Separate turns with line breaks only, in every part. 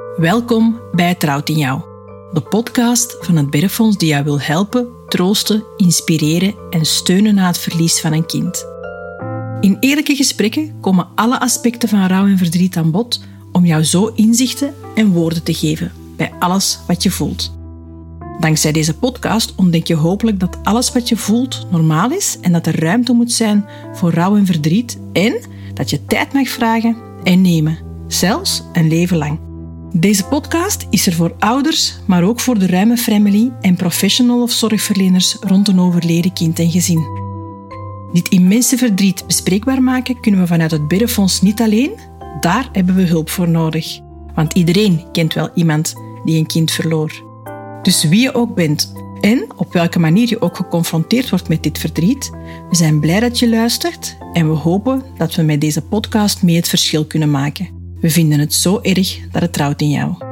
Welkom bij Trouwt in Jou, de podcast van het Berrefonds die jou wil helpen, troosten, inspireren en steunen na het verlies van een kind. In eerlijke gesprekken komen alle aspecten van rouw en verdriet aan bod om jou zo inzichten en woorden te geven bij alles wat je voelt. Dankzij deze podcast ontdek je hopelijk dat alles wat je voelt normaal is en dat er ruimte moet zijn voor rouw en verdriet en dat je tijd mag vragen en nemen, zelfs een leven lang. Deze podcast is er voor ouders, maar ook voor de ruime family en professional of zorgverleners rond een overleden kind en gezin. Dit immense verdriet bespreekbaar maken kunnen we vanuit het Berrefonds niet alleen. Daar hebben we hulp voor nodig. Want iedereen kent wel iemand die een kind verloor. Dus wie je ook bent en op welke manier je ook geconfronteerd wordt met dit verdriet, we zijn blij dat je luistert en we hopen dat we met deze podcast mee het verschil kunnen maken. We vinden het zo erg dat het trouwt in jou.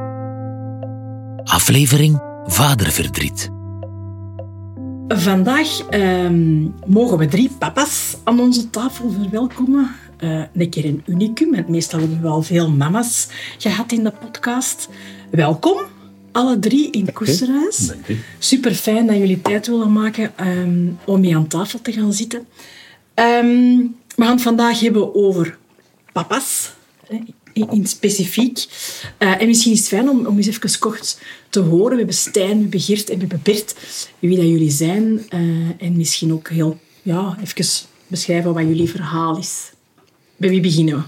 Aflevering Vaderverdriet.
Vandaag mogen we 3 papa's aan onze tafel verwelkomen. Een keer een unicum, want meestal hebben we al veel mama's gehad in de podcast. Welkom, alle 3 in Koesterhuis. Super fijn dat jullie tijd willen maken om mee aan tafel te gaan zitten. We gaan het vandaag hebben over papa's. In specifiek. En misschien is het fijn om eens even kort te horen. We hebben Stijn, we hebben Geert en we hebben Bert. Wie dat jullie zijn. En misschien ook heel even beschrijven wat jullie verhaal is. Bij wie beginnen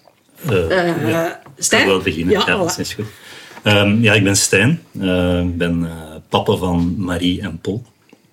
we? Stijn?
Ik wil beginnen. Ja, dat is goed. Ik ben Stijn. Ik ben papa van Marie en Paul.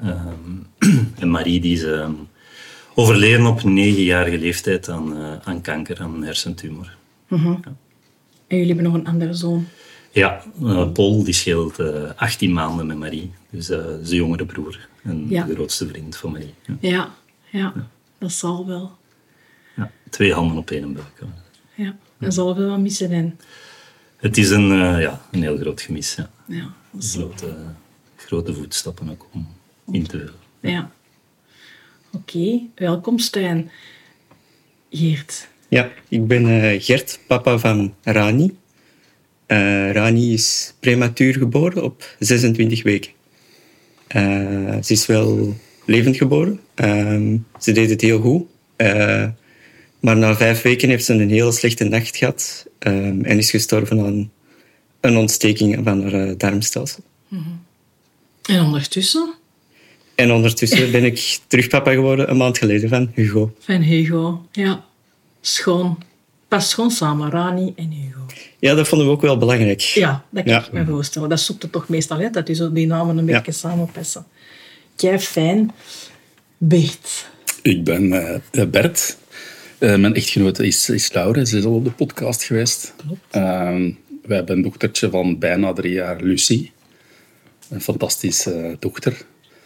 En Marie die is overleden op 9-jarige leeftijd aan kanker, aan een hersentumor.
Mm-hmm. Ja. En jullie hebben nog een andere zoon?
Ja, Paul die scheelt 18 maanden met Marie. Dus de jongere broer en de grootste vriend van Marie.
Ja, dat zal wel.
Ja, 2 handen op 1 buik.
Ja, dat zal wel wat missen. En...
Het is een heel groot gemis.
Ja,
grote voetstappen ook om in te vullen.
Ja. Oké, welkom Stijn. Geert.
Ja, ik ben Gert, papa van Rani. Rani is prematuur geboren op 26 weken. Ze is wel levend geboren. Ze deed het heel goed. Maar na 5 weken heeft ze een heel slechte nacht gehad. En is gestorven aan een ontsteking van haar darmstelsel.
Mm-hmm. En ondertussen?
En ondertussen ben ik terug papa geworden, een maand geleden, van Hugo.
Van Hugo, ja. Schoon. Past gewoon samen, Rani en Hugo.
Ja, dat vonden we ook wel belangrijk.
Ja, dat kan ik me voorstellen. Dat zoekt het toch meestal uit, dat die namen een beetje samenpassen. Kei fijn. Bert.
Ik ben Bert. Mijn echtgenote is Laura. Ze is al op de podcast geweest. Wij hebben een dochtertje van bijna 3 jaar, Lucie. Een fantastische dochter.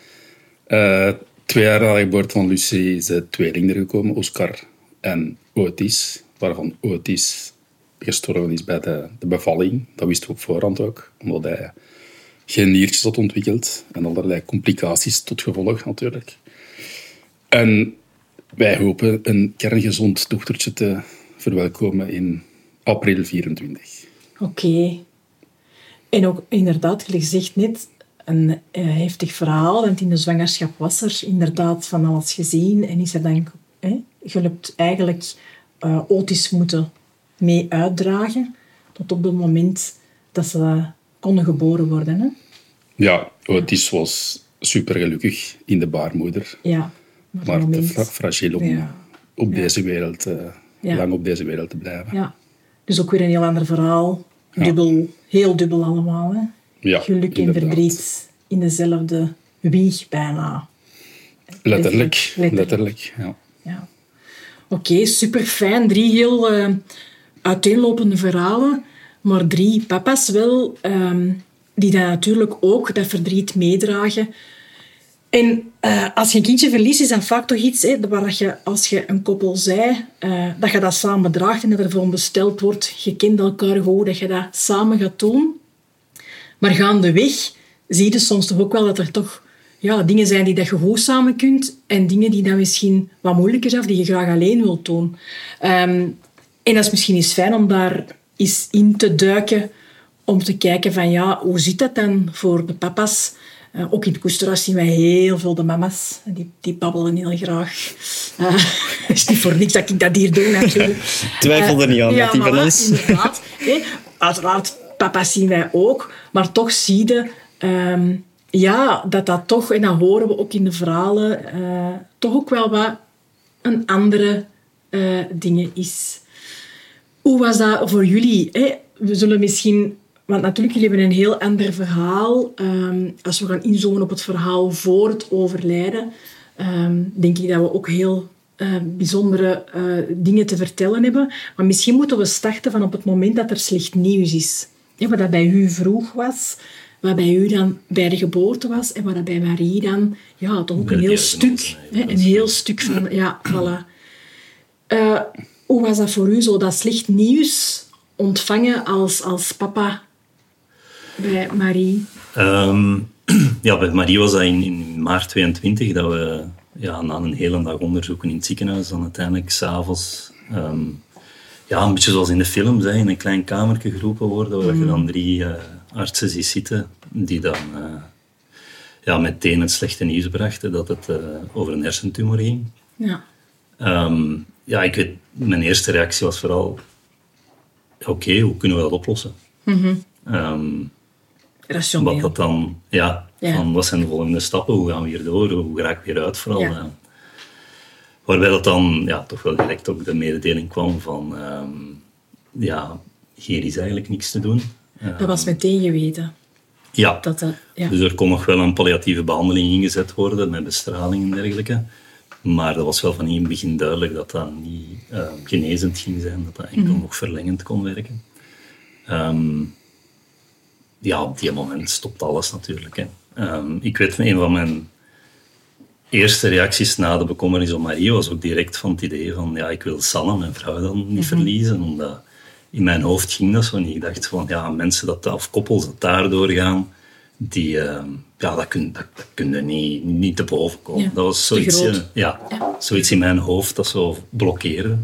2 jaar na de geboorte van Lucie is de tweeling er gekomen, Oscar en Otis, waarvan Otis gestorven is bij de bevalling. Dat wisten we op voorhand ook, omdat hij geen niertjes had ontwikkeld en allerlei complicaties tot gevolg natuurlijk. En wij hopen een kerngezond dochtertje te verwelkomen in april 24.
Oké. En ook inderdaad, gelijk gezegd net, een heftig verhaal, want in de zwangerschap was er inderdaad van alles gezien en is er dan... Je hebt eigenlijk Otis moeten mee uitdragen tot op het moment dat ze konden geboren worden. Hè?
Ja, Otis was super gelukkig in de baarmoeder.
Ja,
maar te fragiel om op deze wereld, lang op deze wereld te blijven.
Ja, dus ook weer een heel ander verhaal. Heel dubbel allemaal. Hè?
Ja,
geluk en verdriet in dezelfde wieg bijna.
Letterlijk, ja.
Oké, super fijn. 3 heel uiteenlopende verhalen, maar 3 papa's wel, die dan natuurlijk ook dat verdriet meedragen. En als je een kindje verliest, is dat vaak toch iets waar je, als je een koppel zei, dat je dat samen draagt en dat er voor besteld wordt. Je kent elkaar goed, dat je dat samen gaat doen. Maar gaandeweg zie je soms toch ook wel dat er toch dingen zijn die dat je goed samen kunt en dingen die dan misschien wat moeilijker zijn of die je graag alleen wilt doen. En dat is misschien eens fijn om daar eens in te duiken om te kijken van hoe zit dat dan voor de papa's? Ook in het Koesterhuis zien wij heel veel de mama's. Die babbelen heel graag. Het is niet voor niks dat ik dat hier doe natuurlijk.
Twijfel er niet aan dat die van ons.
Inderdaad. Uiteraard, papa's zien wij ook. Maar toch zie je dat toch, en dat horen we ook in de verhalen, toch ook wel wat een andere dingen is. Hoe was dat voor jullie? We zullen misschien... Want natuurlijk, jullie hebben een heel ander verhaal. Als we gaan inzoomen op het verhaal voor het overlijden, denk ik dat we ook heel bijzondere dingen te vertellen hebben. Maar misschien moeten we starten van op het moment dat er slecht nieuws is. Wat dat bij u vroeg was, wat bij u dan bij de geboorte was en wat dat bij Marie dan... Ja, toch ook een heel stuk. Een heel stuk van... Ja, voilà. Hoe was dat voor u, zo dat slecht nieuws ontvangen als papa bij Marie?
Bij Marie was dat in maart 22 dat we na een hele dag onderzoeken in het ziekenhuis dan uiteindelijk 's avonds een beetje zoals in de films, in een klein kamertje geroepen worden waar je dan 3 artsen ziet zitten die dan meteen het slechte nieuws brachten dat het over een hersentumor ging. Ja. Ik weet, mijn eerste reactie was vooral oké, hoe kunnen we dat oplossen?
Rationeel.
Wat dat dan, van wat zijn de volgende stappen? Hoe gaan we hier door? Hoe raken we hieruit vooral? Waarbij dat dan toch wel direct ook de mededeling kwam van hier is eigenlijk niks te doen.
Dat was meteen geweten.
Ja. Dus er kon nog wel een palliatieve behandeling ingezet worden met bestraling en dergelijke. Maar dat was wel van in het begin duidelijk dat dat niet genezend ging zijn, dat dat enkel nog verlengend kon werken. Op die moment stopt alles natuurlijk. Hè. Ik weet, een van mijn eerste reacties na de bekommernis om Marie was ook direct van het idee van, ik wil Sanne, mijn vrouw, dan niet verliezen. Omdat in mijn hoofd ging dat zo niet. Ik dacht van, mensen of koppels dat daardoor gaan, dat kun je niet te boven komen. Dat was zoiets, zoiets in mijn hoofd dat zo blokkeerde.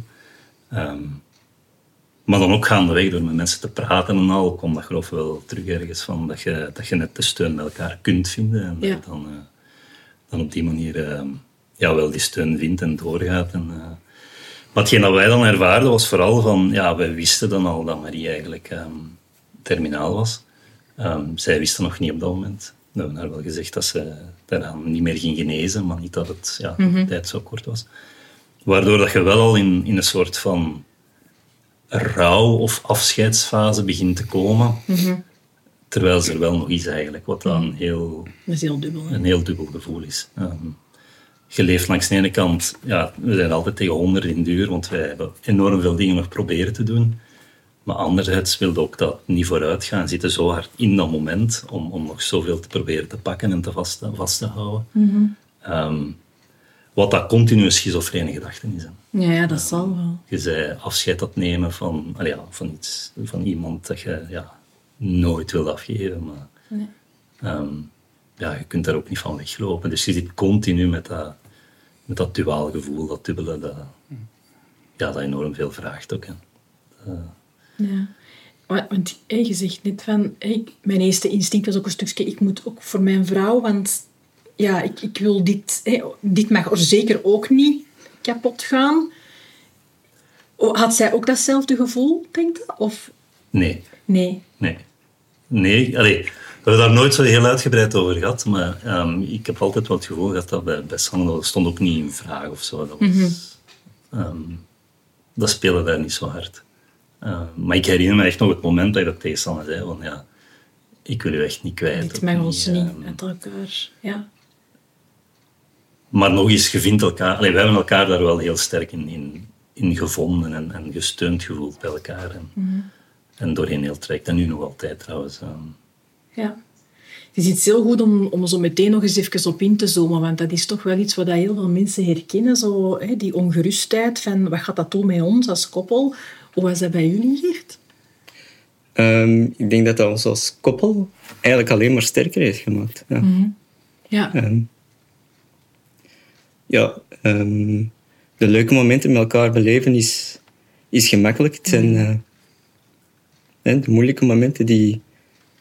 Maar dan ook gaandeweg door met mensen te praten en al, kwam dat geloof ik wel terug ergens van dat je net de steun bij elkaar kunt vinden. En dat je dan op die manier wel die steun vindt en doorgaat. Maar hetgeen dat wij dan ervaarden was vooral van, wij wisten dan al dat Marie eigenlijk terminaal was. Zij wisten nog niet op dat moment. We hebben haar wel gezegd dat ze daaraan niet meer ging genezen, maar niet dat het de tijd zo kort was. Waardoor dat je wel al in een soort van rouw- of afscheidsfase begint te komen. Terwijl ze er wel nog is eigenlijk, wat dan
Dat is heel dubbel.
een heel dubbel gevoel is. Je leeft langs de ene kant, we zijn altijd tegen 100 in duur, want wij hebben enorm veel dingen nog proberen te doen. Maar anderzijds wilde ook dat niet vooruit gaan. Zitten zo hard in dat moment om nog zoveel te proberen te pakken en te vast te houden. Wat dat continu schizofrene gedachten is.
Ja, dat zal wel.
Je zei afscheid dat nemen van iemand dat je nooit wilt afgeven. Maar je kunt daar ook niet van weglopen. Dus je zit continu met dat duaal gevoel, dat dubbele, dat enorm veel vraagt ook.
Ja, want je zegt net van... mijn eerste instinct was ook een stukje... Ik moet ook voor mijn vrouw, want ik wil dit... dit mag er zeker ook niet kapot gaan. Had zij ook datzelfde gevoel, denk je? Of?
Nee.
Nee.
We hebben daar nooit zo heel uitgebreid over gehad, maar ik heb altijd wel het gevoel gehad dat bij Sanne, dat stond ook niet in vraag of zo. Dat speelde daar niet zo hard. Maar ik herinner me echt nog het moment dat ik dat tegen Sanne zei, van ik wil u echt niet kwijt.
Dit mag ons niet uit elkaar,
Maar nog eens, je vindt elkaar... we hebben elkaar daar wel heel sterk in gevonden en gesteund gevoeld bij elkaar. En doorheen heel traject. En nu nog altijd trouwens.
Ja. Het is iets heel goed om zo meteen nog eens even op in te zoomen, want dat is toch wel iets wat heel veel mensen herkennen. Zo, die ongerustheid van, wat gaat dat doen met ons als koppel? Hoe was dat bij jullie, Geert?
Ik denk dat dat ons als koppel eigenlijk alleen maar sterker heeft gemaakt. De leuke momenten met elkaar beleven is gemakkelijk. Het zijn de moeilijke momenten die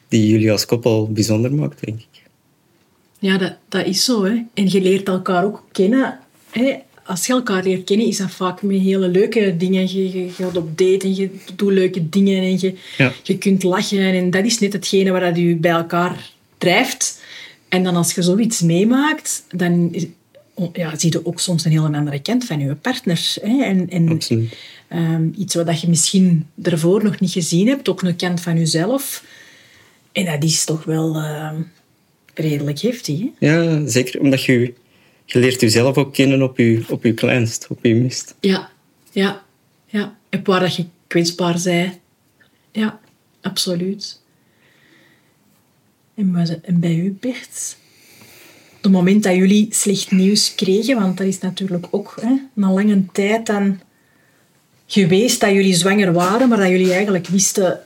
die jullie als koppel bijzonder maakt, denk ik.
Ja, dat is zo. Hè. En je leert elkaar ook kennen. Hè. Als je elkaar leert kennen, is dat vaak met hele leuke dingen. Je gaat op date en je doet leuke dingen en je kunt lachen. En dat is net hetgene waar dat je bij elkaar drijft. En dan als je zoiets meemaakt, dan zie je ook soms een heel andere kant van je partner. Hè. En iets wat je misschien ervoor nog niet gezien hebt, ook een kant van jezelf. En dat is toch wel redelijk heftig. Hè?
Ja, zeker. Omdat je leert jezelf ook kennen op je kleinst, op je mist.
Ja. En waar dat je kwetsbaar bent. Ja, absoluut. En bij u, Bert? Het moment dat jullie slecht nieuws kregen, want dat is natuurlijk ook na lange tijd dan geweest dat jullie zwanger waren, maar dat jullie eigenlijk wisten...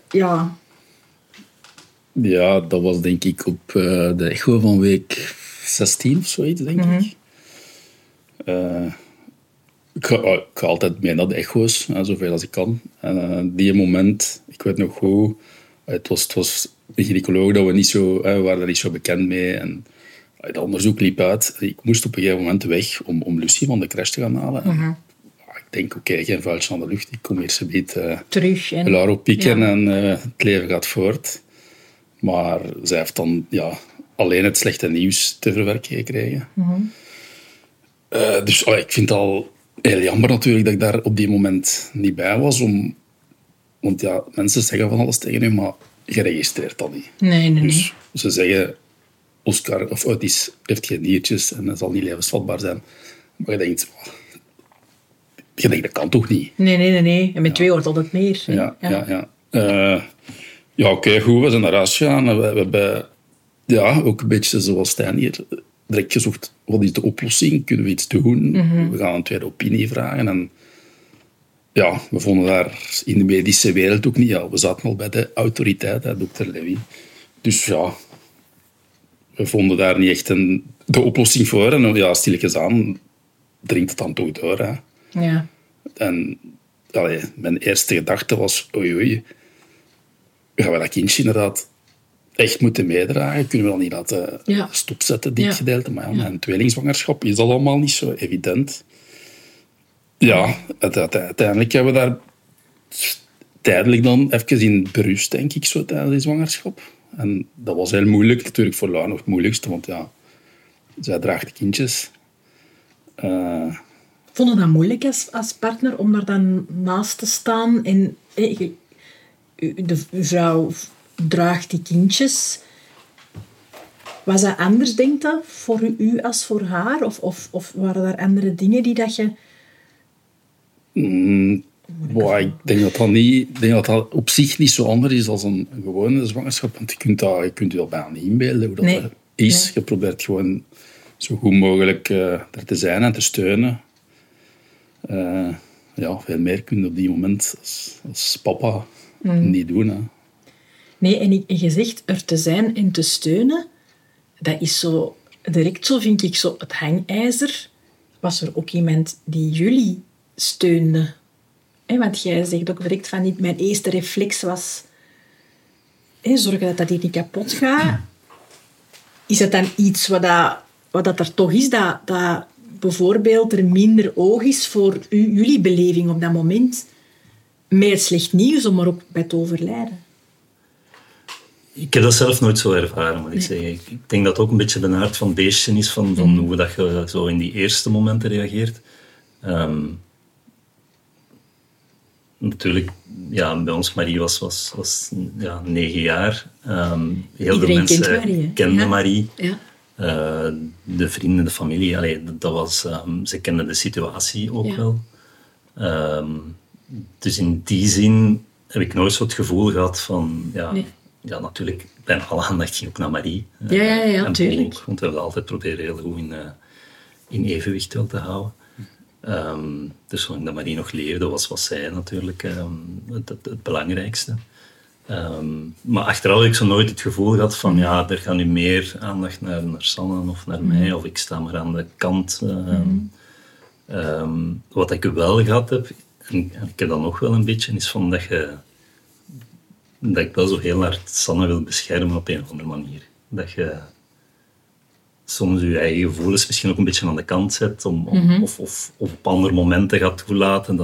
Ja, dat was denk ik op de echo van week 16 of zoiets, denk ik. Ik ga altijd mee naar de echo's, zoveel als ik kan. En die moment, ik weet nog goed, het was een gynaecoloog dat we waren daar niet zo bekend mee. En het onderzoek liep uit. Ik moest op een gegeven moment weg om Lucie van de crash te gaan halen. Ik denk, oké, geen vuiltje aan de lucht. Ik kom eerst een beetje
terug en
Laro pieken en het leven gaat voort. Maar zij heeft dan alleen het slechte nieuws te verwerken gekregen. Dus ik vind het al heel jammer natuurlijk dat ik daar op die moment niet bij was. Want mensen zeggen van alles tegen u, maar je registreert dat niet.
Nee.
Dus ze zeggen, Oscar of Otis heeft geen niertjes en dat zal niet levensvatbaar zijn. Maar je denkt, dat kan toch niet?
Nee. En met 2 wordt altijd meer.
Ja. Oké, goed, we zijn naar huis gegaan. We hebben ook een beetje zoals Stijn hier direct gezocht, wat is de oplossing? Kunnen we iets doen? We gaan een tweede opinie vragen. En we vonden daar in de medische wereld ook niet... Ja, we zaten al bij de autoriteit, dokter Levy. Dus we vonden daar niet echt de oplossing voor. En stilletjes aan dringt het dan toch door. Hè.
Ja.
En mijn eerste gedachte was, oei, gaan we dat kindje inderdaad echt moeten meedragen? Kunnen we dat niet laten stopzetten, dit gedeelte? Maar met een tweelingzwangerschap is dat allemaal niet zo evident. Ja, uiteindelijk hebben we daar tijdelijk dan even in berust, denk ik, zo tijdens die zwangerschap. En dat was heel moeilijk, natuurlijk voor Lau nog het moeilijkste, want zij draagt de kindjes.
Vond je dat moeilijk als partner om daar dan naast te staan? En de vrouw draagt die kindjes. Was dat anders, denk je, voor u als voor haar? Of waren er andere dingen die dat je...
Ik denk dat dat op zich niet zo anders is dan een gewone zwangerschap. Want je kunt je al bijna niet inbeelden hoe dat is. Nee. Je probeert gewoon zo goed mogelijk er te zijn en te steunen. Veel meer kun je op die moment als papa niet doen. Hè.
Nee, en je zegt er te zijn en te steunen. Dat is zo... Direct zo, vind ik, zo het hangijzer. Was er ook iemand die jullie steunde? Want jij zegt ook direct van niet, mijn eerste reflex was zorgen dat hier niet kapot gaat. Is het dan iets wat dat er toch is, dat bijvoorbeeld er minder oog is voor jullie beleving op dat moment? Meer slecht nieuws, maar ook bij het overlijden.
Ik heb dat zelf nooit zo ervaren, moet ik zeggen. Ik denk dat het ook een beetje de aard van het beestje is van hoe dat je zo in die eerste momenten reageert. Natuurlijk, bij ons, Marie was 9 jaar. Heel veel mensen kenden Marie. Ja. De vrienden, de familie. Ze kenden de situatie ook wel. Dus in die zin heb ik nooit zo het gevoel gehad van... Ja, natuurlijk, bijna alle aandacht ging ook naar Marie.
Ja, natuurlijk.
Want we hebben altijd proberen heel goed in evenwicht wel te houden. Dus zolang dat Marie nog leefde, was zij natuurlijk het belangrijkste. Maar achteraf heb ik zo nooit het gevoel gehad van er gaat nu meer aandacht naar Sanne of naar mij, of ik sta maar aan de kant. Wat ik wel gehad heb, en ik heb dat nog wel een beetje, is van dat je dat ik wel zo heel hard Sanne wil beschermen op een of andere manier. Dat je soms je eigen gevoelens misschien ook een beetje aan de kant zet of op andere momenten gaat toelaten.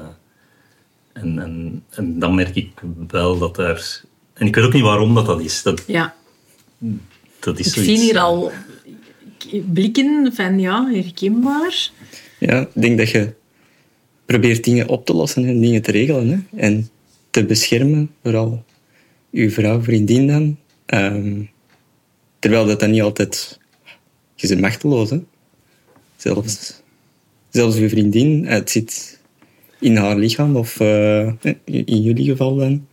En dan merk ik wel dat daar... En ik weet ook niet waarom dat is. Dat is
ik
zoiets.
zie hier al blikken van herkenbaar.
Ja, ik denk dat je probeert dingen op te lossen en dingen te regelen. Hè? En te beschermen, vooral je vrouw, vriendin dan. Terwijl dat niet altijd... Je bent machteloos, hè. Zelfs je vriendin, het zit in haar lichaam, of in jullie geval dan.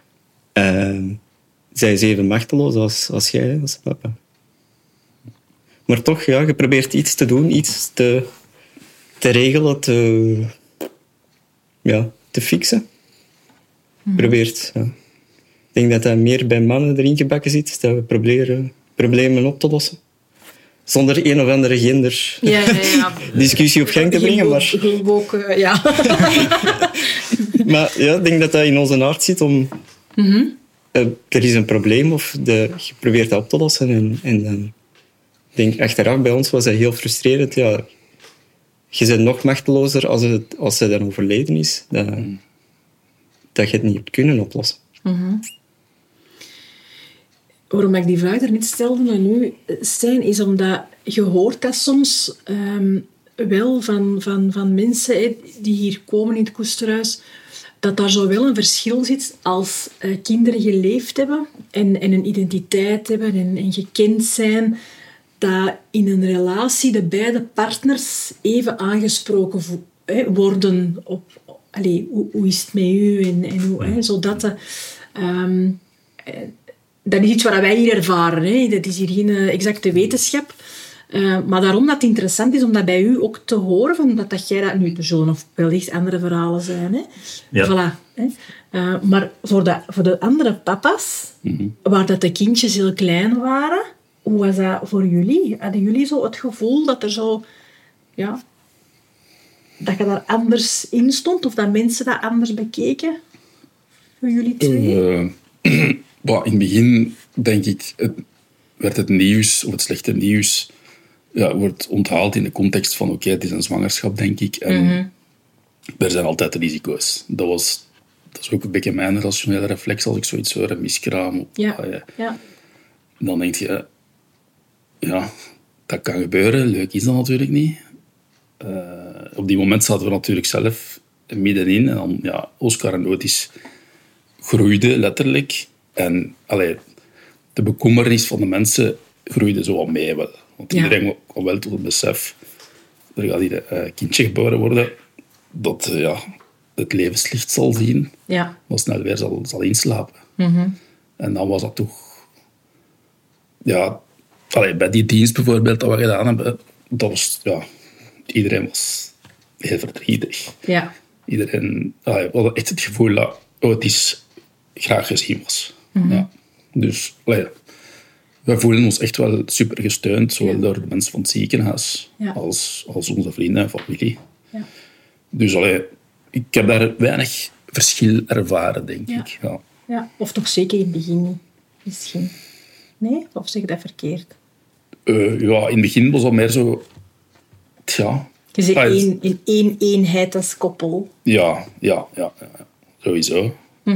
Zij is even machteloos als jij, als papa. Maar toch, ja, je probeert iets te doen, iets te regelen, te fixen. Probeert, ja. Ik denk dat dat meer bij mannen erin gebakken zit, dat we proberen problemen op te lossen. Zonder een of andere gender discussie op gang te brengen. Maar... maar ja, ik denk dat dat in onze aard zit om... er is een probleem of je probeert dat op te lossen. En dan denk ik, achteraf bij ons was dat heel frustrerend. Ja, je bent nog machtelozer als ze dan overleden is. Dat je het niet hebt kunnen oplossen.
Waarom ik die vraag er niet stelde aan u, Stijn, is omdat je hoort dat soms wel van mensen die hier komen in het Koesterhuis, dat daar zo wel een verschil zit als kinderen geleefd hebben en een identiteit hebben en gekend zijn, dat in een relatie de beide partners even aangesproken worden op hoe is het met u en hoe, zodat dat is iets wat wij hier ervaren. Hè. Dat is hier geen exacte wetenschap. Maar daarom dat het interessant is om dat bij u ook te horen, van dat jij dat nu te zullen of wellicht andere verhalen zijn. Hè.
Ja.
Voilà, hè. Maar voor de andere papa's, waar dat de kindjes heel klein waren, hoe was dat voor jullie? Hadden jullie zo het gevoel dat er zo... Ja, dat je daar anders in stond? Of dat mensen dat anders bekeken? Voor jullie twee?
In het begin, denk ik, werd het nieuws, of het slechte nieuws, wordt onthaald in de context van oké, het is een zwangerschap, denk ik. En er zijn altijd risico's. Dat is ook een beetje mijn rationele reflex als ik zoiets hoor, een miskraam.
Ja.
Dan denk je, ja, dat kan gebeuren. Leuk is dat natuurlijk niet. Op die moment zaten we natuurlijk zelf middenin. En dan, Oscar en Otis groeiden letterlijk. En de bekommernis van de mensen groeide zo wat mee wel. Want iedereen kwam wel tot het besef, er gaat hier een kindje geboren worden, dat het levenslicht zal zien, maar snel weer zal inslapen. En dan was dat toch... Ja, bij die dienst bijvoorbeeld dat we gedaan hebben, dat was... Ja, iedereen was heel verdrietig.
Ja.
Iedereen... we hadden echt het gevoel dat Otis graag gezien was. Ja. Dus wij voelen ons echt wel super gesteund, zowel door de mensen van het ziekenhuis als onze vrienden en familie. Ja. Dus ik heb daar weinig verschil ervaren, denk ik.
Ja, of toch zeker in het begin misschien. Nee? Of zeg ik dat verkeerd?
In het begin was dat meer zo... Ja.
Je zit in één eenheid als koppel.
Ja. Sowieso.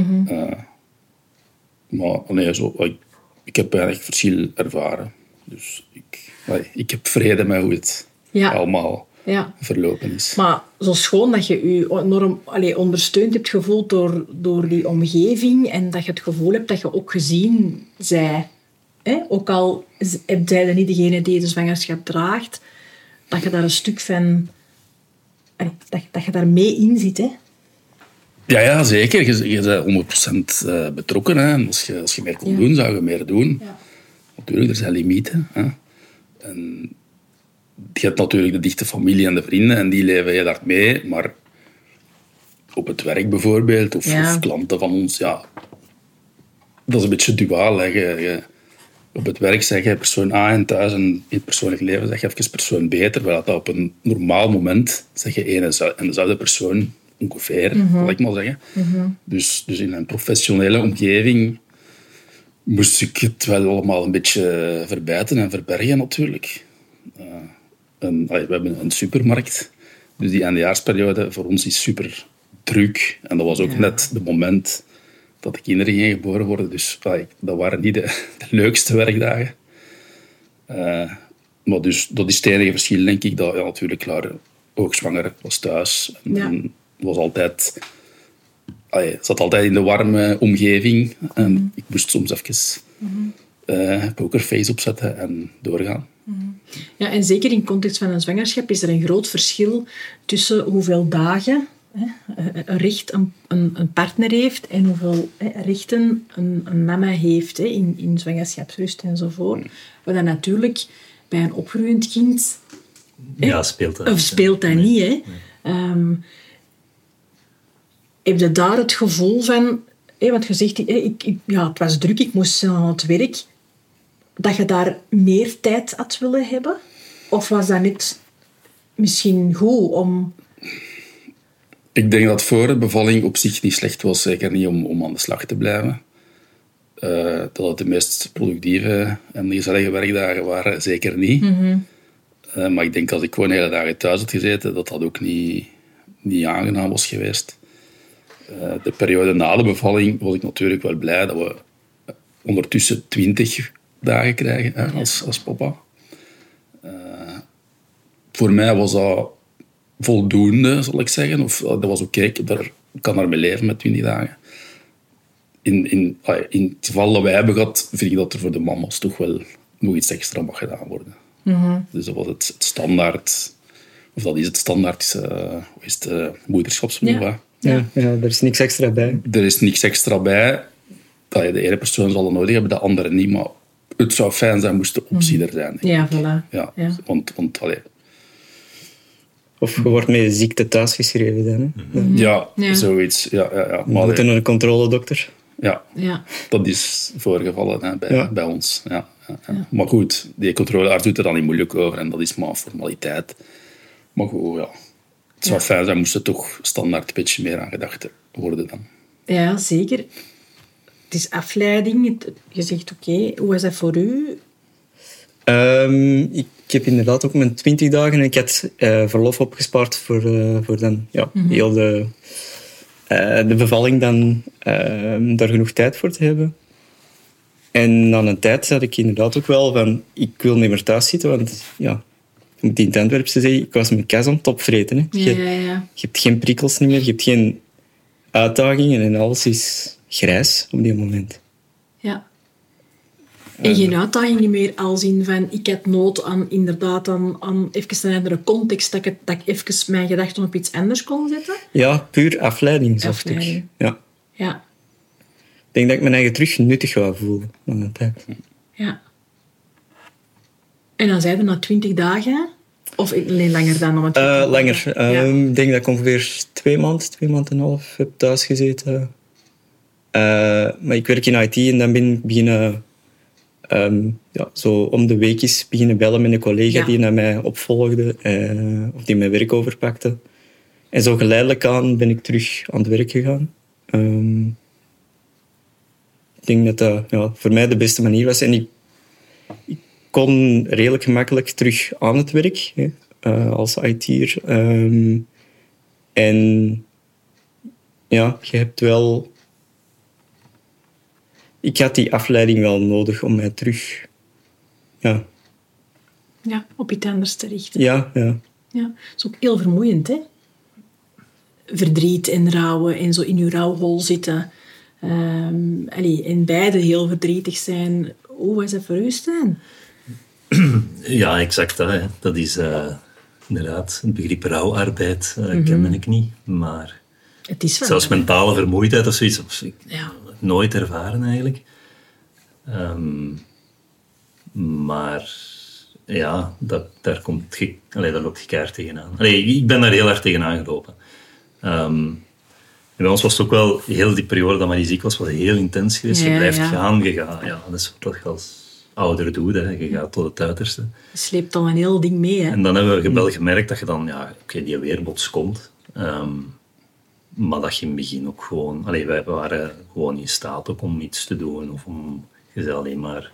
Maar ik heb weinig verschil ervaren. Dus ik heb vrede met hoe het allemaal verlopen is. Maar
zo schoon dat je je enorm ondersteund hebt gevoeld door die omgeving en dat je het gevoel hebt dat je ook gezien zij. Ook al hebt zij niet degene die de zwangerschap draagt, dat je daar een stuk van... Dat je daar mee in zit, hè?
Ja, zeker. Je bent 100% betrokken. Hè. En als je meer kon doen, zou je meer doen. Ja. Natuurlijk, er zijn limieten. Hè. En je hebt natuurlijk de dichte familie en de vrienden en die leven heel hard mee. Maar op het werk bijvoorbeeld, of klanten van ons, dat is een beetje duaal. Hè. Op het werk zeg je persoon A en thuis en in het persoonlijk leven zeg je even persoon B. Terwijl dat op een normaal moment zeg je één en dezelfde persoon ongeveer, zal ik maar zeggen. Dus in een professionele omgeving moest ik het wel allemaal een beetje verbijten en verbergen natuurlijk. We hebben een supermarkt, dus die eindejaarsperiode voor ons is super druk. En dat was ook net het moment dat de kinderen gingen geboren worden. Dus dat waren niet de leukste werkdagen. Maar dus dat is het enige verschil, denk ik. Dat natuurlijk, klaar, ook zwanger was thuis. En was altijd... zat altijd in de warme omgeving. En ik moest soms even pokerface opzetten en doorgaan.
Ja, en zeker in context van een zwangerschap is er een groot verschil tussen hoeveel dagen recht een partner heeft en hoeveel rechten een mama heeft in zwangerschapsrust enzovoort. Wat dan natuurlijk bij een opgroeiend kind speelt dat niet. Hè. Heb je daar het gevoel van... want je zegt, het was druk, ik moest snel aan het werk. Dat je daar meer tijd had willen hebben? Of was dat net misschien goed om...
Ik denk dat voor de bevalling op zich niet slecht was. Zeker niet om aan de slag te blijven. Dat het de meest productieve en gezellige werkdagen waren, zeker niet. Maar ik denk als ik gewoon hele dagen thuis had gezeten, dat ook niet aangenaam was geweest. De periode na de bevalling was ik natuurlijk wel blij dat we ondertussen 20 dagen krijgen als papa. Voor mij was dat voldoende, zal ik zeggen. Of dat was oké, ik kan daarmee leven met 20 dagen. In het geval dat wij hebben gehad, vind ik dat er voor de mama's toch wel nog iets extra mag gedaan worden. Dus dat was het standaard... Of dat is het standaard moederschapsverlof.
Ja, er is niks extra bij.
Er is niks extra bij. De ene persoon zal het nodig hebben, de andere niet. Maar het zou fijn zijn, moest de optie er zijn.
Ja, voilà.
Ja. Want
of je wordt met ziekte thuisgeschreven dan. Hè?
Zoiets. Ja.
We moeten naar een controledokter.
Ja, dat is voorgevallen bij ons. Ja. Maar goed, die controlearts doet er dan niet moeilijk over en dat is maar formaliteit. Maar goed, het zou fijn zijn, moest er toch standaard een beetje meer aan gedacht worden dan.
Ja, zeker. Het is afleiding. Je zegt, oké, hoe is dat voor u?
Ik heb inderdaad ook mijn 20 dagen en ik had verlof opgespaard voor dan heel de bevalling dan daar genoeg tijd voor te hebben. En na een tijd had ik inderdaad ook wel van, ik wil niet meer thuis zitten, want om het in het Antwerpse te zeggen, ik was mijn kas aan het opvreten. Hè. Je hebt geen prikkels meer, je hebt geen uitdagingen en alles is grijs op die moment.
Ja. En geen uitdaging niet meer als in van, ik had nood aan inderdaad aan even een andere context, dat ik even mijn gedachten op iets anders kon zetten?
Ja, puur afleiding, zocht ik. Ja. Ik denk dat ik mijn eigen terug nuttig wou voelen aan de tijd.
Ja. En dan zijn we na 20 dagen... Of alleen langer dan?
Langer. Ik denk dat ik ongeveer 2 maanden en een half heb thuis gezeten. Maar ik werk in IT en dan ben ik beginnen... zo om de weekjes beginnen bellen met een collega die naar mij opvolgde. Of die mijn werk overpakte. En zo geleidelijk aan ben ik terug aan het werk gegaan. Ik denk dat dat voor mij de beste manier was. En ik kon redelijk gemakkelijk terug aan het werk als IT'er. En je hebt wel... Ik had die afleiding wel nodig om mij terug...
op iets anders te richten.
Ja.
Dat is ook heel vermoeiend, hè? Verdriet en rouwen en zo in je rouwhol zitten. En beide heel verdrietig zijn. Hoe is dat voor u, Stijn?
Ja, exact dat. Hè. Dat is inderdaad het begrip rouwarbeid. Kende ik niet, maar
het is wel
zelfs mentale vermoeidheid of zoiets. Nooit ervaren eigenlijk. Maar ja, daar loopt je keihard tegenaan. Ik ben daar heel hard tegenaan gelopen. Bij ons was het ook wel, heel die periode dat Marie ziek was heel intens geweest. Je blijft gaan, je gaat. Ja, dat is wat je als ouder doet. Hè. Je gaat tot het uiterste.
Je sleept dan een heel ding mee. Hè?
En dan hebben we wel gemerkt dat je dan, die weerbots komt. Maar dat je in het begin ook gewoon... wij waren gewoon in staat ook om iets te doen. Of om... Je bent alleen maar...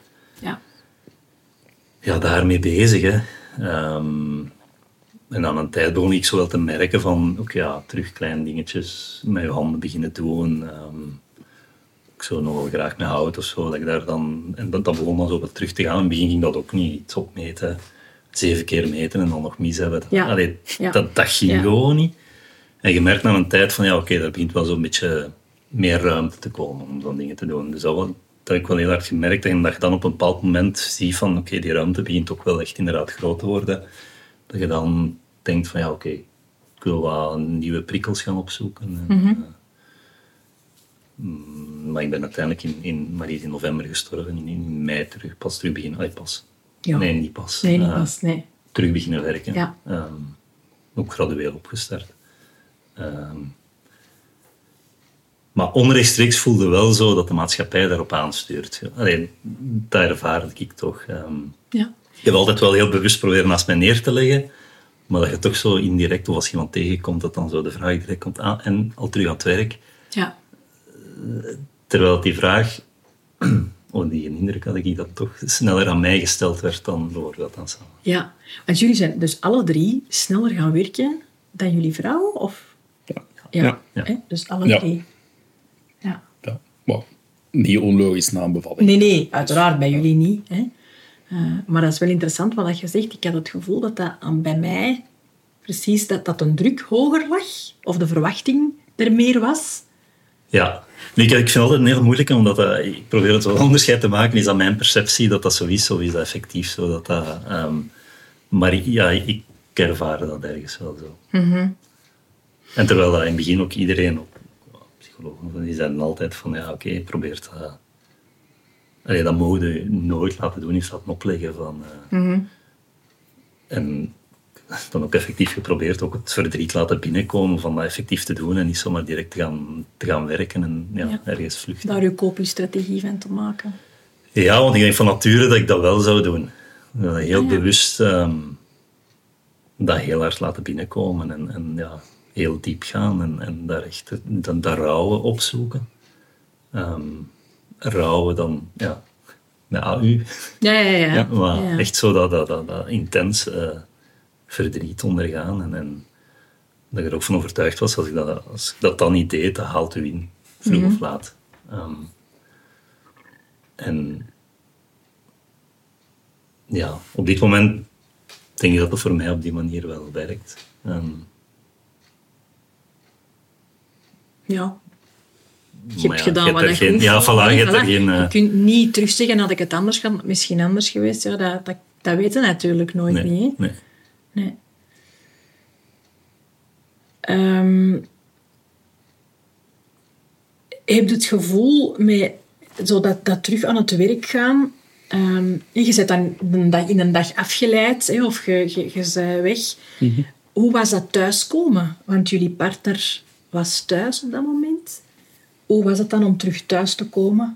Ja, daarmee bezig, hè. En aan een tijd begon ik zo wel te merken van... terug kleine dingetjes met je handen beginnen doen. Ik zou nog wel graag met hout of zo. Dat ik daar dan... En dat begon dan zo wat terug te gaan. In het begin ging dat ook niet. Iets opmeten. 7 keer meten en dan nog mis hebben. Dat ging gewoon niet. En je merkt na een tijd van, daar begint wel zo'n beetje meer ruimte te komen om zo'n dingen te doen. Dus dat heb ik wel heel hard gemerkt. En dat je dan op een bepaald moment ziet van, die ruimte begint ook wel echt inderdaad groot te worden. Dat je dan denkt van, ik wil wat nieuwe prikkels gaan opzoeken. Maar ik ben uiteindelijk Marie is in november gestorven, in mei pas terug beginnen. Nee, niet pas.
Nee.
Terug beginnen werken.
Ja.
Ook gradueel opgestart. Maar onrechtstreeks voelde wel zo dat de maatschappij daarop aanstuurt. Dat ervaarde ik toch. Ik heb altijd wel heel bewust proberen naast mij neer te leggen, maar dat je toch zo indirect, of als iemand tegenkomt, dat dan zo de vraag direct komt aan en al terug aan het werk.
Ja.
Terwijl die vraag, die indruk had ik dat toch sneller aan mij gesteld werd dan bijvoorbeeld aan Sam.
Ja, want jullie zijn dus alle 3 sneller gaan werken dan jullie vrouwen? Of? Ja. Dus alle 3. Ja.
Maar niet onlogisch na een bevalling.
Nee, uiteraard bij jullie niet. Hè. Maar dat is wel interessant wat je zegt. Ik had het gevoel dat bij mij precies dat een druk hoger lag. Of de verwachting er meer was. Ja.
Ik vind het altijd heel moeilijk, omdat ik probeer het wel onderscheid te maken. Is dat mijn perceptie dat zo is, of is dat effectief zo? Maar ik ervaar dat ergens wel zo.
Mm-hmm.
En terwijl dat in het begin ook iedereen, psychologen, die zeiden altijd van, probeer dat mogen je nooit laten doen, is laten opleggen. En dan ook effectief geprobeerd ook het verdriet laten binnenkomen van dat effectief te doen en niet zomaar direct te gaan werken en ergens vluchten.
Daar uw copingstrategie van te maken.
Ja, want ik denk van nature dat ik dat wel zou doen. Heel bewust dat heel hard laten binnenkomen en heel diep gaan en daar echt dat rouwen opzoeken. Rouwen dan, met AU.
Ja.
Maar echt zo dat intens verdriet ondergaan en dat ik er ook van overtuigd was, als ik dat dan niet deed, dat haalt u in, vroeg of laat. En op dit moment denk ik dat het voor mij op die manier wel werkt.
Ja. Je hebt gedaan wat je hoeft.
Je
kunt niet terugzeggen, had ik het anders gedaan, misschien anders geweest. Ja, dat weten we natuurlijk nooit niet. Hè? Nee. Heb je het gevoel met zo dat terug aan het werk gaan? Je bent dan in een dag afgeleid, hè, of je bent weg.
Mm-hmm.
Hoe was dat thuiskomen? Want jullie partner was thuis op dat moment. Hoe was het dan om terug thuis te komen?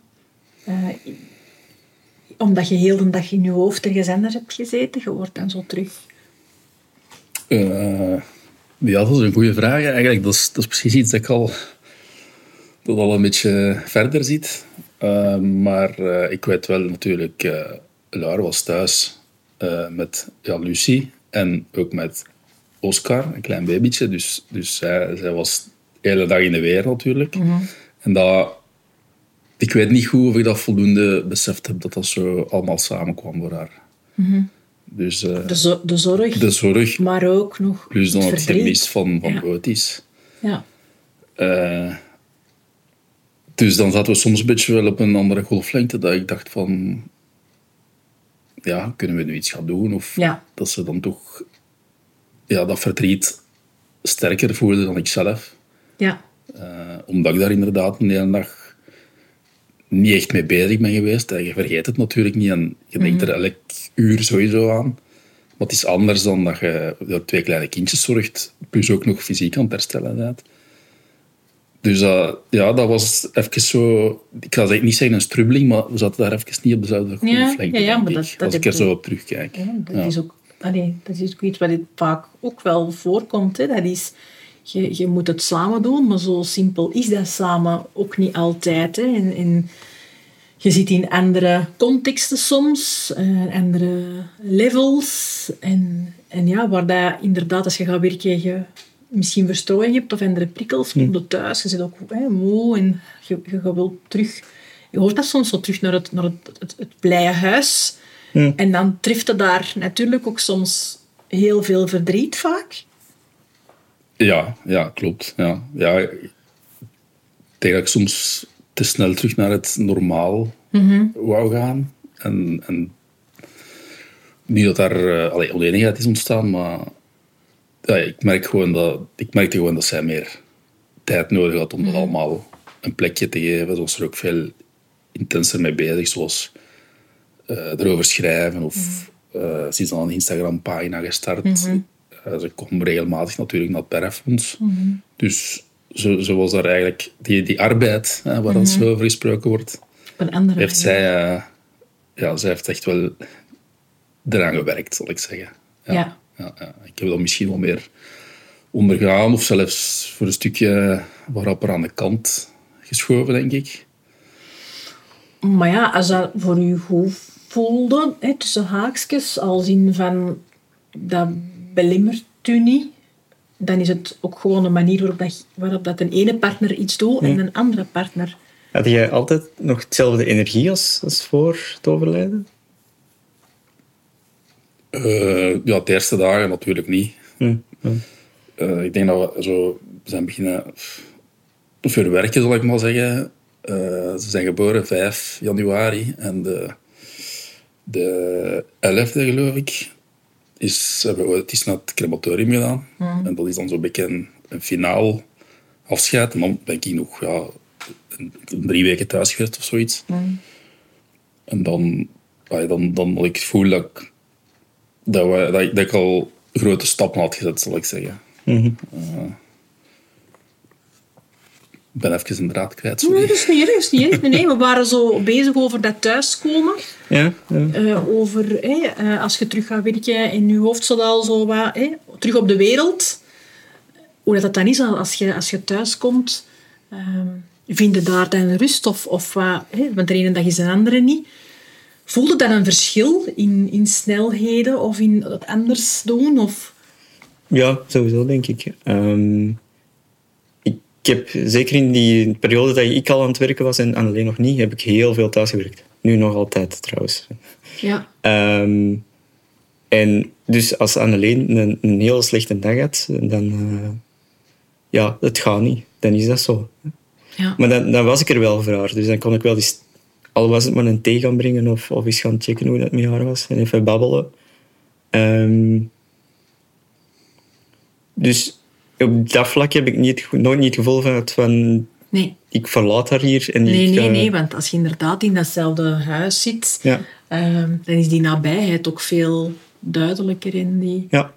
Omdat je heel de dag in je hoofd ergens anders hebt gezeten. Je wordt dan zo terug...
Dat is een goede vraag. Eigenlijk, dat is precies iets dat ik al een beetje verder ziet. Maar ik weet wel natuurlijk... Laura was thuis met Lucie en ook met Oscar, een klein babytje. Dus zij was de hele dag in de weer natuurlijk.
Mm-hmm.
En ik weet niet goed of ik dat voldoende beseft heb dat zo allemaal samenkwam voor haar.
Mm-hmm.
Dus,
de zorg, maar ook nog
plus dan het
verdriet.
gemis van Otis.
Ja.
Dus dan zaten we soms een beetje wel op een andere golflengte, dat ik dacht van... Ja, kunnen we nu iets gaan doen? Of dat ze dan toch dat verdriet sterker voelde dan ik zelf.
Ja.
Omdat ik daar inderdaad een hele dag niet echt mee bezig ben geweest. Je vergeet het natuurlijk niet en je denkt er elk uur sowieso aan. Maar het is anders dan dat je voor 2 kleine kindjes zorgt, plus ook nog fysiek aan het herstellen bent. Dus dat was even zo... Ik ga niet zeggen een strubbeling, maar we zaten daar even niet op dezelfde golflengte,
maar
denk ik, als ik er zo op terugkijk.
Ja, dat is ook iets wat vaak ook wel voorkomt. Hè. Dat is je moet het samen doen, maar zo simpel is dat samen ook niet altijd. Hè. En je zit in andere contexten soms, andere levels. En ja, waar dat inderdaad, als je gaat werken, je misschien verstrooiing hebt of andere prikkels, komt het thuis. Je zit ook moe en je wilt terug. Je hoort dat soms zo terug naar het blije huis. En dan treft het daar natuurlijk ook soms heel veel verdriet vaak.
Ja, klopt. Ja, ik denk dat ik soms te snel terug naar het normaal wou gaan. En niet dat daar oneenigheid is ontstaan, maar ja, ik merkte gewoon dat zij meer tijd nodig had om dat allemaal een plekje te geven. Ze was er ook veel intenser mee bezig, zoals erover schrijven of ze is dan een Instagram-pagina gestart. Ze komt regelmatig natuurlijk naar het Bergfonds. Dus ze was daar eigenlijk... Die arbeid, waar dan zo over gesproken wordt, heeft zij... zij heeft echt wel eraan gewerkt, zal ik zeggen. Ja. Ik heb dat misschien wel meer ondergaan of zelfs voor een stukje wat rapper aan de kant geschoven, denk ik.
Maar ja, als dat voor u goed voelde, tussen haakjes, als in van dat belemmert u niet, dan is het ook gewoon een manier waarop dat een ene partner iets doet en een andere partner.
Had jij altijd nog hetzelfde energie als voor het overlijden?
De eerste dagen natuurlijk niet. Ik denk dat we zo zijn beginnen verwerken, zal ik maar zeggen. Ze zijn geboren 5 januari en de 11e, geloof ik, hebben we het naar het crematorium gedaan. En dat is dan zo'n beetje een finaal afscheid. En dan ben ik nog 3 weken thuis geweest of zoiets. En dan had ik het gevoel dat ik al grote stappen had gezet, zal ik zeggen. Ik ben even een draad kwijt. Sorry.
Nee, dat is niet erg. Nee, we waren zo bezig over dat thuiskomen. Ja. Over als je terug gaat werken in je hoofd zo wat, terug op de wereld. Hoe dat dan is als je thuiskomt. Vind je daar dan rust? Of wat? Want de ene dag is de andere niet. Voelde dat een verschil in snelheden of in het anders doen? Of?
Ja, sowieso denk ik. Ik heb zeker in die periode dat ik al aan het werken was en alleen nog niet, heb ik heel veel thuis gewerkt. Nu nog altijd trouwens.
Ja.
En dus als Anneleen een heel slechte dag had, dan het gaat niet. Dan is dat zo.
Ja.
Maar dan was ik er wel voor haar. Dus dan kon ik wel eens, al was het maar een thee gaan brengen of eens gaan checken hoe dat met haar was. En even babbelen. Dus op dat vlak heb ik nooit niet het gevoel van
nee.
Ik verlaat haar hier. En
nee, want als je inderdaad in datzelfde huis zit, dan is die nabijheid ook veel duidelijker in die...
Ja.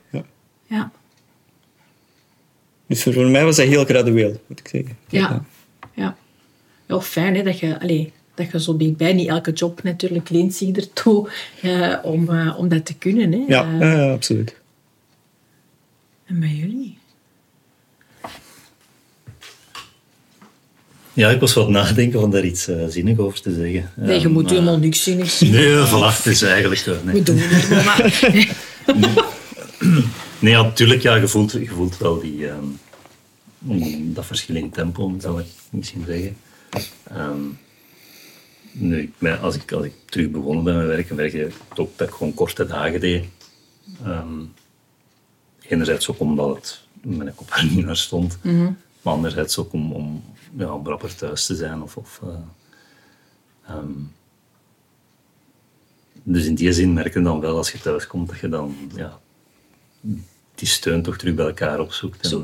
Dus voor mij was dat heel gradueel, moet ik zeggen.
Ja. Ja, fijn hè, dat je zo dichtbij, niet elke job natuurlijk leent zich ertoe om dat te kunnen. Hè.
Ja, absoluut.
En bij jullie?
Ja, ik was wat nadenken om daar iets zinnig over te zeggen.
Nee, je moet helemaal niks zinnig zien.
Nee, voilà, het is eigenlijk...
We doen het maar.
Nee, ja, natuurlijk, ja, je voelt wel dat verschil in tempo, zal ik misschien zeggen. Als ik terug begonnen ben met werken, merkte ik ook dat ik gewoon korte dagen deed. Enerzijds ook omdat mijn kop er niet naar stond, maar anderzijds ook om rapper thuis te zijn. Dus in die zin merk je dan wel als je thuis komt dat je dan die steun toch terug bij elkaar opzoekt.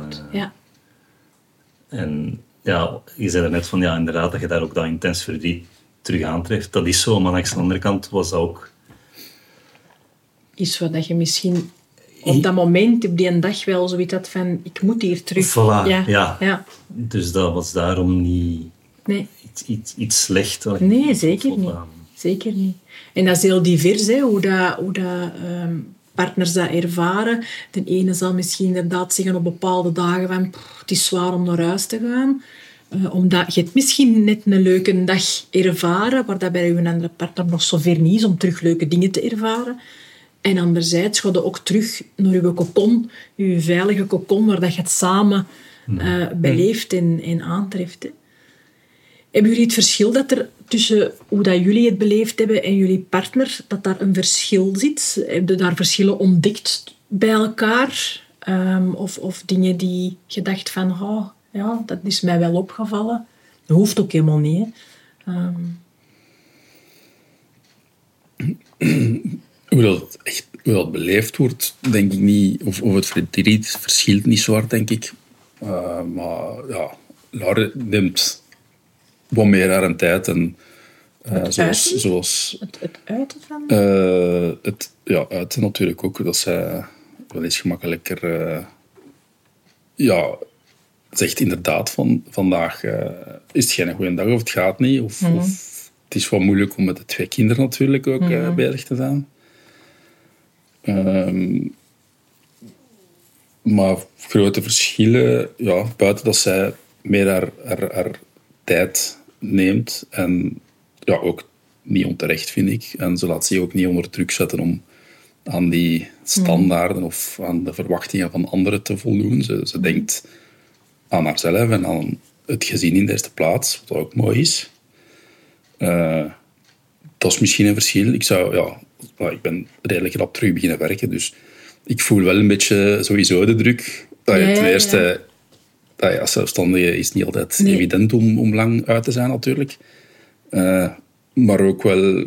En ja, je zei er net van, ja, inderdaad, dat je daar ook dat intens verdriet terug aantreft. Dat is zo, maar aan de andere kant was dat ook...
Iets wat je misschien op dat moment, op die dag wel zoiets had van, ik moet hier terug.
Voilà, ja. Dus dat was daarom niet iets slecht.
Nee, zeker niet. Zeker niet. En dat is heel divers, hè, hoe dat
partners dat ervaren. De ene zal misschien inderdaad zeggen op bepaalde dagen van het is zwaar om naar huis te gaan. Omdat je hebt misschien net een leuke dag ervaren, waar dat bij je andere partner nog zo ver niet is om terug leuke dingen te ervaren. En anderzijds ga je ook terug naar je cocon, je veilige cocon, waar dat je het samen beleeft en aantreft. Hè. Hebben jullie het verschil dat er tussen hoe dat jullie het beleefd hebben en jullie partner, dat daar een verschil zit? Heb je daar verschillen ontdekt bij elkaar? Of dingen die je dacht van, oh, ja, dat is mij wel opgevallen. Dat hoeft ook helemaal niet. Hè.
Hoe dat beleefd wordt, denk ik niet. Of het verdriet verschilt niet zo hard, denk ik. Maar ja, Laura neemt wat meer haar tijd. En, zoals
het uiten van?
Het uiten natuurlijk ook. Dat zij wel eens gemakkelijker... zegt inderdaad van vandaag is het geen goede dag of het gaat niet. Of het is wel moeilijk om met de 2 kinderen natuurlijk ook bezig te zijn. Maar grote verschillen, buiten dat zij meer haar tijd neemt en ook niet onterecht, vind ik. En ze laat zich ook niet onder druk zetten om aan die standaarden of aan de verwachtingen van anderen te voldoen. Ze denkt aan haarzelf en aan het gezin in de eerste plaats, wat ook mooi is. Dat is misschien een verschil. Ik ben redelijk rap terug beginnen werken, dus ik voel wel een beetje sowieso de druk. Ten eerste, als zelfstandige is het niet altijd evident om lang uit te zijn, natuurlijk. Maar ook wel,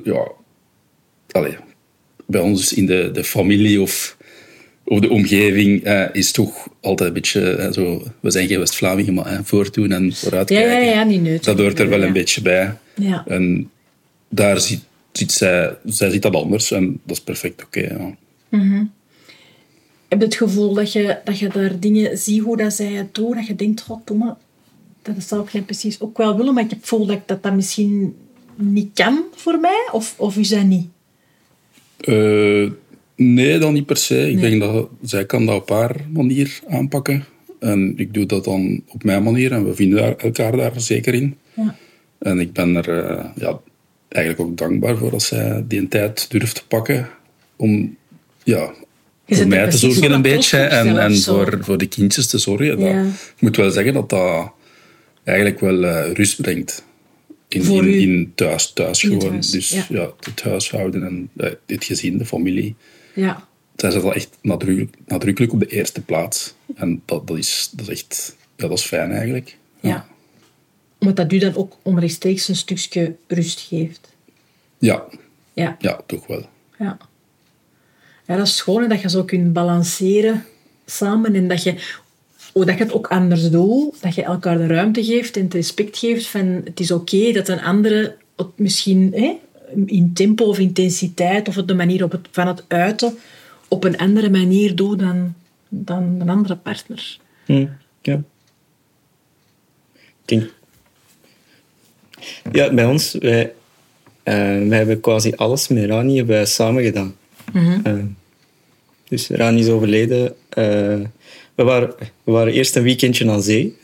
bij ons in de familie of de omgeving is toch altijd een beetje zo. We zijn geen West-Vlamingen, maar voortdoen en vooruitkijken.
Ja, niet nodig.
Dat hoort er wel een beetje bij.
Ja.
En daar ziet zij ziet dat anders en dat is perfect oké. Ja.
Mm-hmm. Heb je het gevoel dat je daar dingen ziet hoe dat zij het doen, dat je denkt, goddomme, dat zou ik precies ook wel willen, maar ik heb het gevoel dat misschien niet kan voor mij, of is dat niet?
Nee, dan niet per se. Ik denk dat zij kan dat op haar manier aanpakken. En ik doe dat dan op mijn manier. En we vinden elkaar daar zeker in. Ja. En ik ben er eigenlijk ook dankbaar voor dat zij die tijd durft te pakken. Om voor mij te zorgen een beetje. En voor de kindjes te zorgen. Ja. Ik moet wel zeggen dat dat eigenlijk wel rust brengt. In thuis gewoon. Huis, dus het huishouden en het gezin, de familie. Ja. Zij zetten dat echt nadrukkelijk op de eerste plaats. En dat is echt... Ja, dat is fijn eigenlijk.
Ja. Omdat dat u dan ook onrechtstreeks een stukje rust geeft.
Ja, toch wel.
Ja, dat is gewoon dat je zo kunt balanceren samen en dat je het ook anders doet, dat je elkaar de ruimte geeft en het respect geeft van het is oké dat een andere misschien in tempo of intensiteit of de manier van het uiten op een andere manier doet dan een andere partner.
Ja. Ja, bij ons, wij hebben quasi alles met Rani hebben wij samen gedaan. Mm-hmm. Dus Rani is overleden. We waren eerst een weekendje aan zee.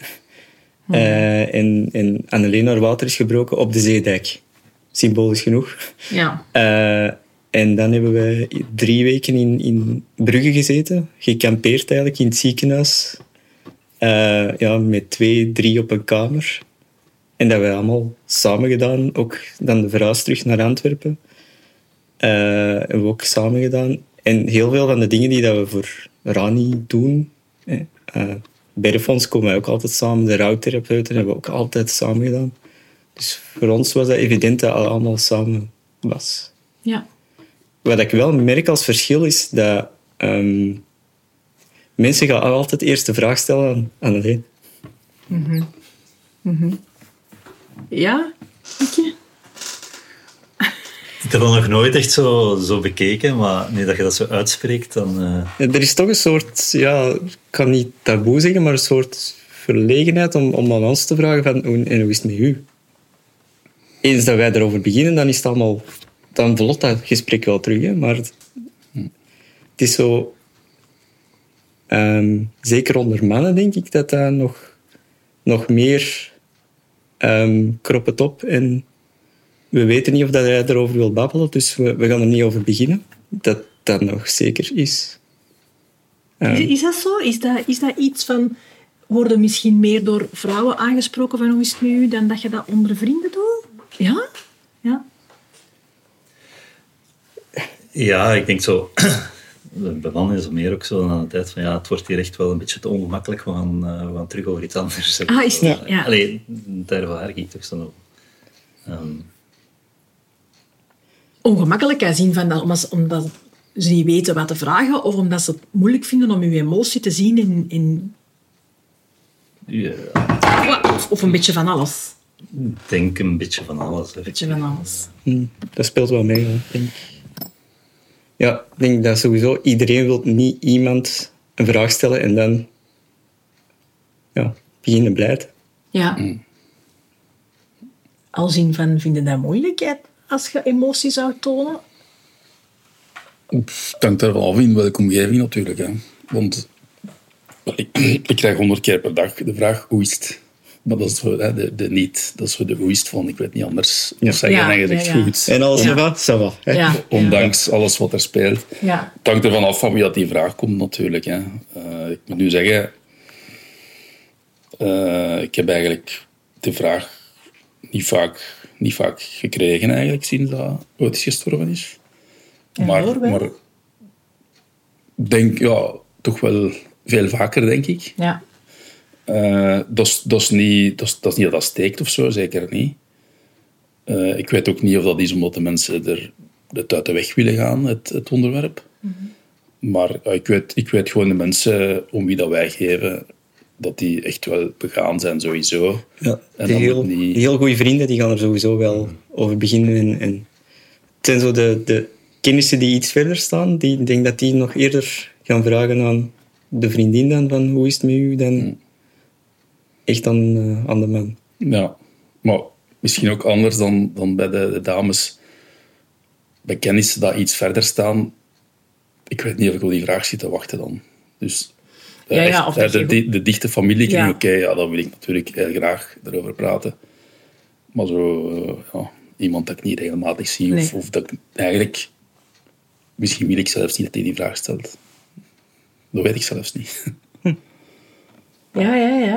En Anneleen haar water is gebroken op de zeedijk. Symbolisch genoeg. Ja. En dan hebben wij 3 weken in Brugge gezeten. Gekampeerd eigenlijk in het ziekenhuis. Met 2, 3 op een kamer. En dat hebben we allemaal samen gedaan. Ook dan de verhuis terug naar Antwerpen. Hebben we ook samen gedaan. En heel veel van de dingen die dat we voor Rani doen... Berrefonds komen wij ook altijd samen. De rouwtherapeuten hebben we ook altijd samen gedaan. Dus voor ons was dat evident dat het allemaal samen was.
Ja.
Wat ik wel merk als verschil is dat... mensen gaan altijd eerst de vraag stellen aan Anneleen.
Mm-hmm. Mm-hmm. Ja? Okay.
Ik heb dat nog nooit echt zo bekeken, maar nu dat je dat zo uitspreekt, dan...
Er is toch een soort, ik kan niet taboe zeggen, maar een soort verlegenheid om aan ons te vragen van, hoe is het met u? Eens dat wij erover beginnen, dan is het allemaal... Dan vlot dat gesprek wel terug, hè? Maar het het is zo... zeker onder mannen, denk ik, dat nog meer kropt op. En we weten niet of dat hij erover wil babbelen, dus we gaan er niet over beginnen. Dat nog zeker is.
Is dat zo? Is dat iets van... Worden misschien meer door vrouwen aangesproken van hoe is het met u, dan dat je dat onder vrienden doet? Ja? Ja.
Ja, ik denk zo... Bij mannen is het meer ook zo aan de tijd van het wordt hier echt wel een beetje te ongemakkelijk. We gaan terug over iets anders.
Is het? Ja.
Allee, daar waar ik toch zo...
Ongemakkelijk kan zien van dat, omdat ze niet weten wat te vragen of omdat ze het moeilijk vinden om uw emotie te zien in...
Ja.
Of een beetje van alles.
Ik denk een beetje van alles.
Een beetje van alles.
Dat speelt wel mee, hoor, denk ik. Ja, ik denk dat sowieso iedereen wil niet iemand een vraag stellen en dan beginnen blijten.
Ja. Als in van, vind je dat moeilijk als je emotie zou tonen?
Het hangt er wel af in welke omgeving natuurlijk. Hè. Want ik krijg 100 keer per dag de vraag, hoe is het? Maar dat is zo, de niet. Dat is zo de hoe is het van, ik weet niet anders. Of zeggen en je zegt goed.
En alles ça va.
Ja.
Ondanks alles wat er speelt.
Ja.
Het hangt ervan af van wie dat die vraag komt natuurlijk. Hè. Ik moet nu zeggen, ik heb eigenlijk de vraag niet vaak gekregen eigenlijk, sinds dat Otis gestorven is. Maar ik denk, toch wel veel vaker, denk ik.
Ja.
Dat is niet dat dat steekt of zo, zeker niet. Ik weet ook niet of dat is omdat de mensen er uit de weg willen gaan, het onderwerp. Mm-hmm. Maar ik weet gewoon de mensen om wie dat wij geven, dat die echt wel begaan zijn, sowieso.
Ja,
en
heel goede vrienden die gaan er sowieso wel over beginnen. En het zijn zo de kennissen die iets verder staan. Ik denk dat die nog eerder gaan aan de vriendin dan van hoe is het met u, dan echt aan de man.
Ja, maar misschien ook anders dan bij de dames. Bij kennissen dat iets verder staan, ik weet niet of ik op die vraag zit te wachten dan. Dus de dichte familiekring, oké, dan wil ik natuurlijk heel graag erover praten. Maar zo, iemand dat ik niet regelmatig zie, of dat ik eigenlijk... Misschien wil ik zelfs niet dat hij die vraag stelt. Dat weet ik zelfs niet.
Ja.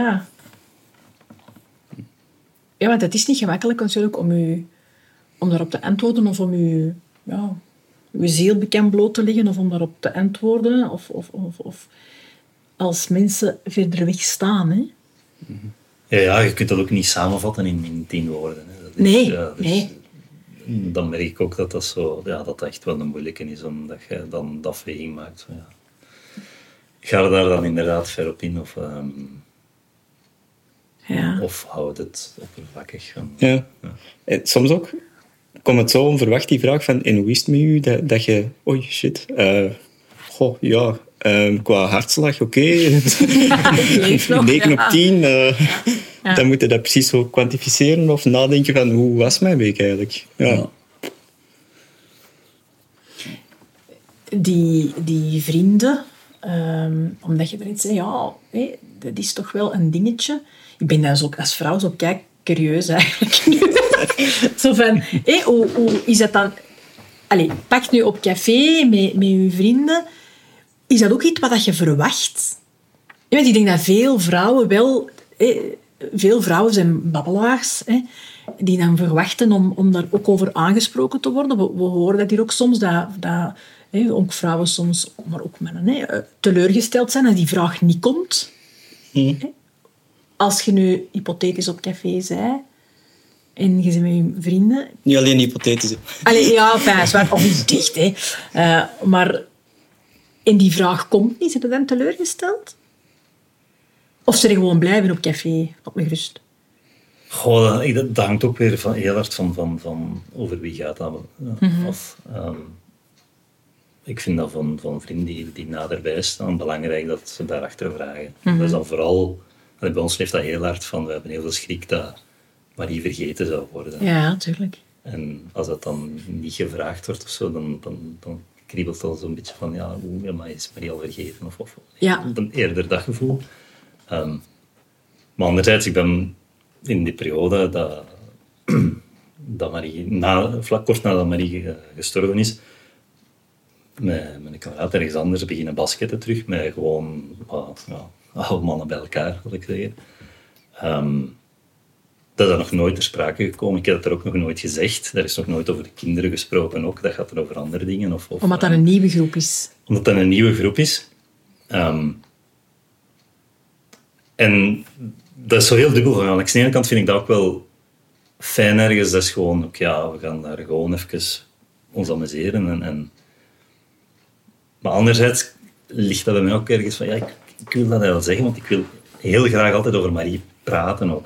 Ja, want het is niet gemakkelijk natuurlijk om daarop te antwoorden of om uw ziel bekend bloot te leggen of om daarop te antwoorden of als mensen verder weg staan. Hè?
Ja, je kunt dat ook niet samenvatten in 10 woorden. Hè.
Nee.
Dan merk ik ook dat zo, dat echt wel een moeilijke is, omdat je dan de afweging maakt. Van, ga er daar dan inderdaad ver op in of houd het oppervlakkig?
Ja. En soms ook komt het zo onverwacht, die vraag van en hoe is het met u, dat je, oei, shit, qua hartslag, oké. 9 op 10. Dan moet je dat precies zo kwantificeren of nadenken van hoe was mijn week eigenlijk. Ja.
Die vrienden, omdat je erin zei, dat is toch wel een dingetje. Ik ben dan ook als vrouw zo curieus eigenlijk. Zo van, hoe is dat dan? Allee, pak nu op café met je vrienden. Is dat ook iets wat je verwacht? Ja, want ik denk dat veel vrouwen wel... Veel vrouwen zijn babbelaars, die dan verwachten om daar ook over aangesproken te worden. We horen dat hier ook soms, dat ook vrouwen soms, maar ook mannen, teleurgesteld zijn als die vraag niet komt. Als je nu hypothetisch op café zei en je bent met je vrienden...
Niet alleen hypothetisch.
Zwaar of niet dicht. Maar en die vraag komt niet, zijn ze dan teleurgesteld? Of ze er gewoon blijven op café, op mijn gerust?
Dat hangt ook weer heel hard van over wie gaat dat af. Ik vind dat van vrienden die naderbij staan belangrijk dat ze daarachter vragen. Dat is dan vooral... Bij ons leeft dat heel hard van, we hebben heel veel schrik dat Marie vergeten zou worden.
Ja, natuurlijk.
En als dat dan niet gevraagd wordt of zo, dan kriebelt al zo'n beetje van, maar is Marie al vergeten? Of
Ja.
een eerder dat gevoel. Maar anderzijds, ik ben in die periode dat Marie, kort nadat Marie gestorven is, met mijn kameraad ergens anders beginnen basketten terug, met gewoon oude mannen bij elkaar, wil ik zeggen. Dat is nog nooit ter sprake gekomen. Ik heb het er ook nog nooit gezegd. Er is nog nooit over de kinderen gesproken ook. Dat gaat dan over andere dingen.
Omdat dat een nieuwe groep is.
Omdat dat een nieuwe groep is. En dat is zo heel dubbel van. Aan de ene kant vind ik dat ook wel fijn ergens. Dat is gewoon, we gaan daar gewoon even ons amuseren. Maar anderzijds ligt dat bij mij ook ergens van, ik wil dat wel zeggen, want ik wil heel graag altijd over Marie praten ook.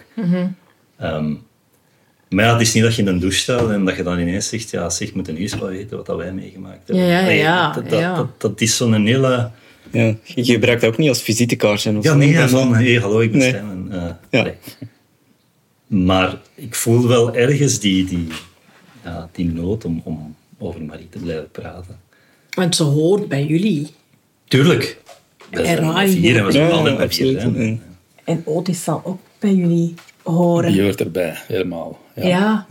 Maar het is niet dat je in een douche staat en dat je dan ineens zegt, zeg, moet nu eens wat weten wat dat wij meegemaakt hebben. Dat is zo'n hele...
Ja, je gebruikt dat ook niet als visitekaartje.
Hallo, ik ben Stijn. Maar ik voel wel ergens die nood om over Marie te blijven praten.
Want ze hoort bij jullie.
Tuurlijk. We zijn 4 en we zijn altijd met 4.
En Otis zal ook bij jullie horen.
Die hoort erbij, helemaal.
Ja.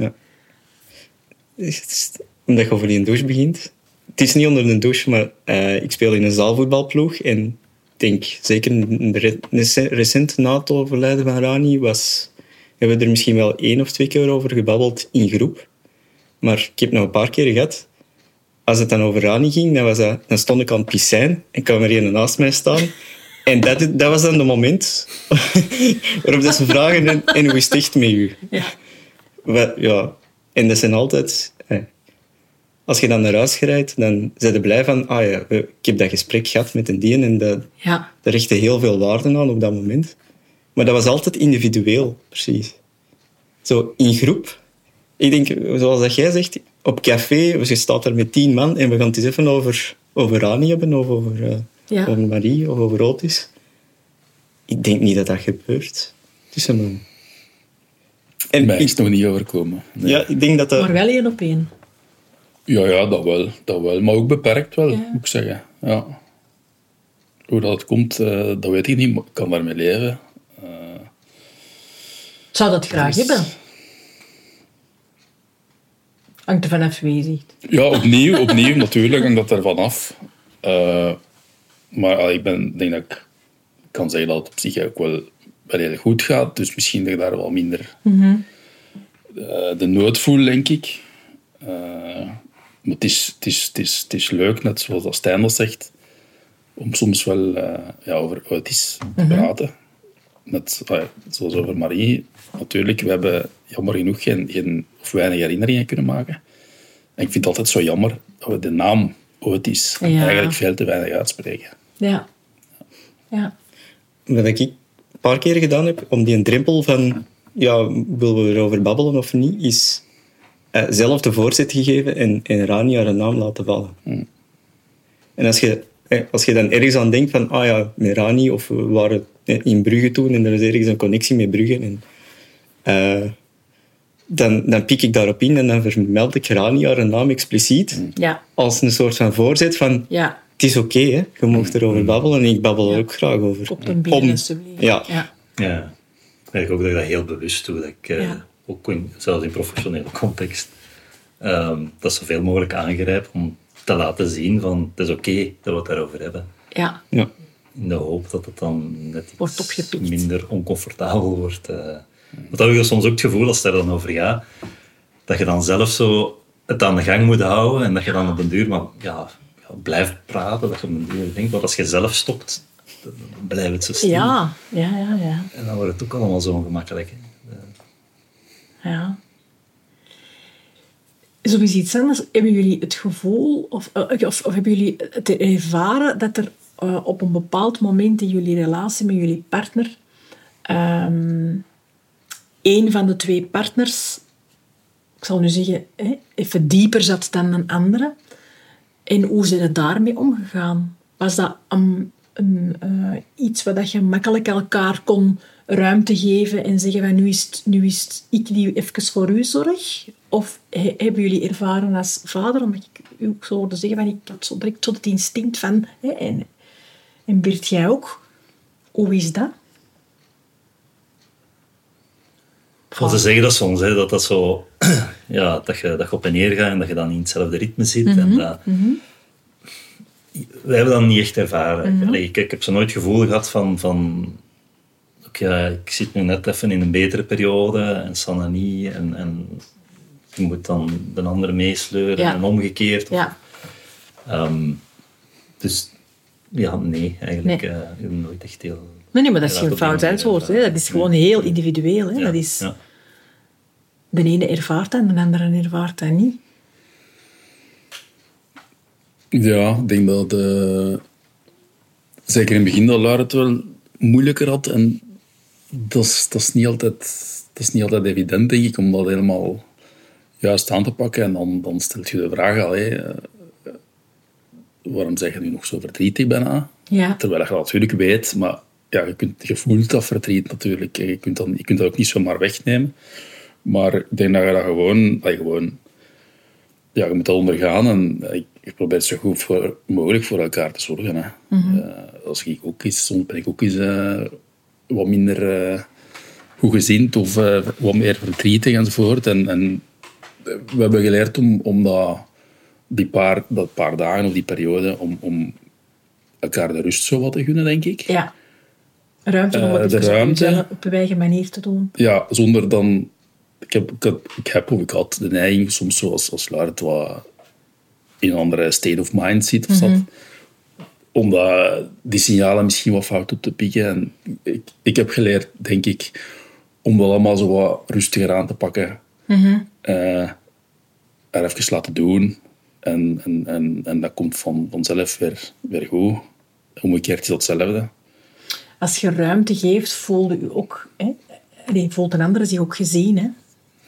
Omdat je over die douche begint. Het is niet onder de douche, maar ik speel in een zaalvoetbalploeg. En ik denk, zeker recent na het overlijden van Rani, hebben we er misschien wel 1 of 2 keer over gebabbeld in groep. Maar ik heb nog een paar keer gehad. Als het dan over Rani ging, dan stond ik aan het piscijn en kwam er een naast mij staan. En dat was dan het moment waarop dat ze vragen, en hoe is het echt met u? Ja. En dat zijn altijd... Als je dan naar huis rijdt, dan zijn ze blij van... ik heb dat gesprek gehad met een die en daar richtte heel veel waarde aan op dat moment. Maar dat was altijd individueel, precies. Zo in groep. Ik denk, zoals dat jij zegt, op café, je staat daar met 10 man en we gaan het eens even over Rani hebben, of over Marie, of over Otis. Ik denk niet dat dat gebeurt tussen hen.
En mij is het nog niet overkomen. Nee.
Ja, ik denk dat
Maar wel 1 op 1.
Ja, dat wel. Maar ook beperkt wel, moet ik zeggen. Ja. Hoe dat komt, dat weet ik niet, maar ik kan daarmee leven.
Zou dat graag hebben? Hangt er vanaf wie je ziet.
Ja, opnieuw natuurlijk, hangt dat er vanaf. Maar ik denk dat ik kan zeggen dat het op zich ook wel heel goed gaat. Dus misschien dat ik daar wel minder de nood voel, denk ik. Maar het is leuk, net zoals Stijn dat zegt, om soms wel over Otis te praten. Net zoals over Marie. Natuurlijk, we hebben jammer genoeg geen of weinig herinneringen kunnen maken. En ik vind het altijd zo jammer dat we de naam Otis eigenlijk veel te weinig uitspreken.
Ja.
Wat ik een paar keer gedaan heb, om die een drempel van... willen we erover babbelen of niet, is zelf de voorzet gegeven en Rani haar naam laten vallen. En als je dan ergens aan denkt van... met Rani, of we waren in Brugge toen en er is ergens een connectie met Brugge... Dan pik ik daarop in en dan vermeld ik Rani haar naam expliciet. Als een soort van voorzet van... Het is oké, je mag erover babbelen en ik babbel er ook graag over.
Op een bier, alsjeblieft.
Ja. Ik ook dat ik dat heel bewust doe. Dat ik ook zelfs in professionele context dat zoveel mogelijk aangrijp om te laten zien van het is oké dat we het daarover hebben.
Ja.
In de hoop dat het dan net iets
wordt
minder oncomfortabel wordt. Want dat heb ik soms ook het gevoel, als het daar dan over gaat, dat je dan zelf zo het aan de gang moet houden en dat je dan op den duur blijft praten, dat je op den duur denkt, want als je zelf stopt, dan blijft het zo stil.
Ja.
En dan wordt het ook allemaal zo ongemakkelijk.
Ja. Zo is iets anders. Hebben jullie het gevoel, of hebben jullie het ervaren dat er op een bepaald moment in jullie relatie met jullie partner een van de 2 partners, ik zal nu zeggen, even dieper zat dan een andere? En hoe zijn er daarmee omgegaan? Was dat iets wat je makkelijk elkaar kon ruimte geven en zeggen van nu is het ik die even voor u zorg? Of hebben jullie ervaren als vader, omdat ik u ook zo hoorde zeggen, van ik had zo direct zo het instinct van... En Bert, jij ook? Hoe is dat?
Ze zeggen dat soms, hè, dat zo... Ja, dat je op en neer gaat en dat je dan in hetzelfde ritme zit. En dat, wij hebben dat niet echt ervaren. Ik heb zo nooit het gevoel gehad van ik zit nu net even in een betere periode en Sanne niet. En je moet dan de andere meesleuren en omgekeerd.
Ja.
Dus ja, nee, eigenlijk nooit echt heel...
Nee, maar dat is geen fout antwoord. Dat is gewoon heel individueel. Hè.
Ja,
dat is...
ja.
De ene ervaart dat en de andere ervaart dat niet.
Ja, ik denk dat... zeker in het begin dat Lara het wel moeilijker had. En dat is niet altijd evident, denk ik, om dat helemaal juist aan te pakken. En dan stelt je de vraag al... waarom zeg je nu nog zo verdrietig bijna?
Ja.
Terwijl je dat natuurlijk weet, maar ja, je voelt dat verdriet natuurlijk. Je kunt dat ook niet zomaar wegnemen. Maar ik denk dat je dat gewoon... Ja, je moet dat ondergaan en je probeert zo goed mogelijk voor elkaar te zorgen. Hè. Als ik ook eens... Soms ben ik ook eens wat minder goedgezind of wat meer verdrietig enzovoort. En we hebben geleerd om dat paar dagen of die periode om elkaar de rust zo wat te gunnen, denk ik.
Ja. Ruimte om het even op een eigen manier te doen.
Ja, zonder dan... Ik had de neiging soms zoals Lara het wat in een andere state of mind zit of zat, om die signalen misschien wat fout op te pikken. En ik heb geleerd, denk ik, om dat allemaal zo wat rustiger aan te pakken. Er even laten doen. En dat komt vanzelf weer goed. Omgekeerd is dat hetzelfde.
Als je ruimte geeft, voelde u ook... voelt een ander zich ook gezien, hè?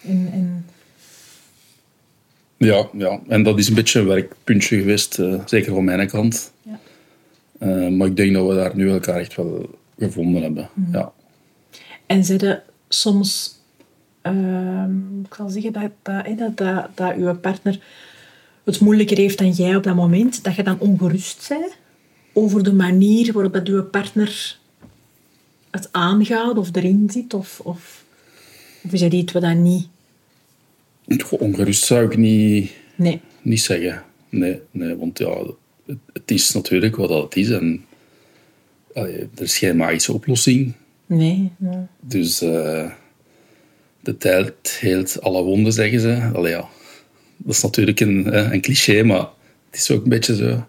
Ja, en dat is een beetje een werkpuntje geweest, zeker van mijn kant.
Ja.
Maar ik denk dat we daar nu elkaar echt wel gevonden hebben. Ja.
En zeiden soms... ik zal zeggen dat uw partner het moeilijker heeft dan jij op dat moment, dat je dan ongerust bent over de manier waarop dat uw partner het aangaat of erin zit, of is dat iets wat dat niet...
Ongerust zou ik niet zeggen. Nee, want ja, het is natuurlijk wat dat het is. En er is geen magische oplossing.
Nee.
Dus de tijd heelt alle wonden, zeggen ze. Allee, ja. Dat is natuurlijk een cliché, maar het is ook een beetje zo.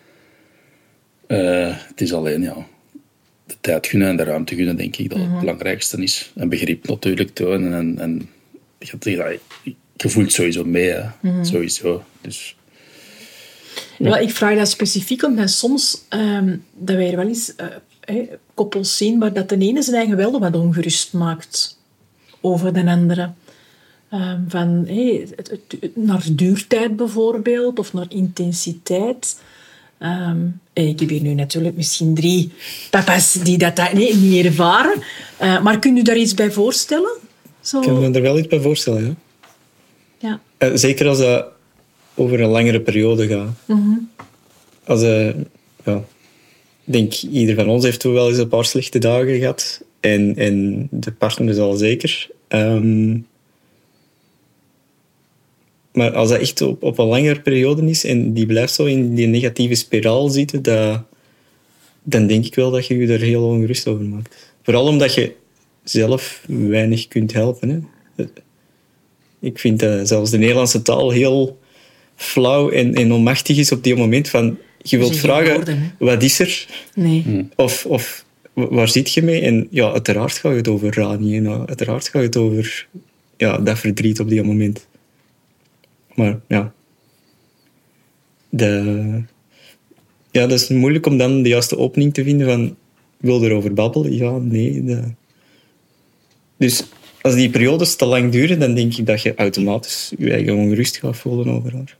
Het is alleen, de tijd gunnen en de ruimte gunnen, denk ik, dat het belangrijkste is. En begrip natuurlijk tonen. En je voelt sowieso mee, hè. Sowieso. Dus,
ja. Ik vraag dat specifiek omdat soms dat wij er wel eens koppels zien waar dat de ene zijn eigen wel wat ongerust maakt over de andere. Van naar duurtijd bijvoorbeeld, of naar intensiteit. Ik heb hier nu natuurlijk misschien 3 papa's die dat niet ervaren. Maar kun je daar iets bij voorstellen? Zo?
Ik kan me er wel iets bij voorstellen, ja.
Ja.
Zeker als dat over een langere periode gaat. Als ik denk, ieder van ons heeft wel eens een paar slechte dagen gehad. En de partner is al zeker. Maar als dat echt op een langere periode is en die blijft zo in die negatieve spiraal zitten, dan denk ik wel dat je je er heel ongerust over maakt. Vooral omdat je zelf weinig kunt helpen. Hè. Ik vind dat zelfs de Nederlandse taal heel flauw en onmachtig is op die moment van... Je wilt vragen,
woorden,
wat is er?
Nee.
Of waar zit je mee? En ja, uiteraard gaat het over Rani. En uiteraard gaat het over dat verdriet op die moment. Maar ja... dat is moeilijk om dan de juiste opening te vinden van... Wil erover babbelen? Ja, nee. Dus als die periodes te lang duren, dan denk ik dat je automatisch je eigen ongerust gaat voelen over haar.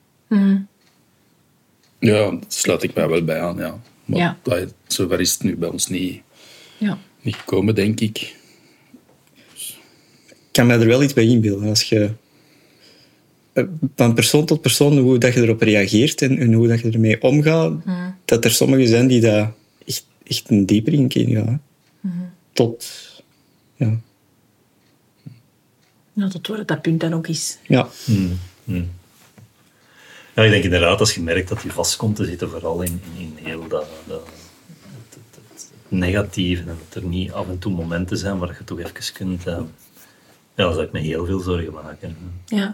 Ja, dat sluit ik mij wel bij aan, ja. Maar
Ja.
zover is het nu bij ons niet
Ja.
gekomen, denk ik.
Ik kan mij er wel iets bij inbeelden. Als je van persoon tot persoon, hoe dat je erop reageert en hoe dat je ermee omgaat, dat er sommigen zijn die dat echt een dieper in gaan. Tot... Ja.
Nou, tot waar dat punt dan ook is.
Ja.
Ja, ik denk inderdaad, als je merkt dat je vast komt te zitten, vooral in heel het negatieve, en dat er niet af en toe momenten zijn waar je toch even kunt... ja, dan zou ik me heel veel zorgen maken.
Ja.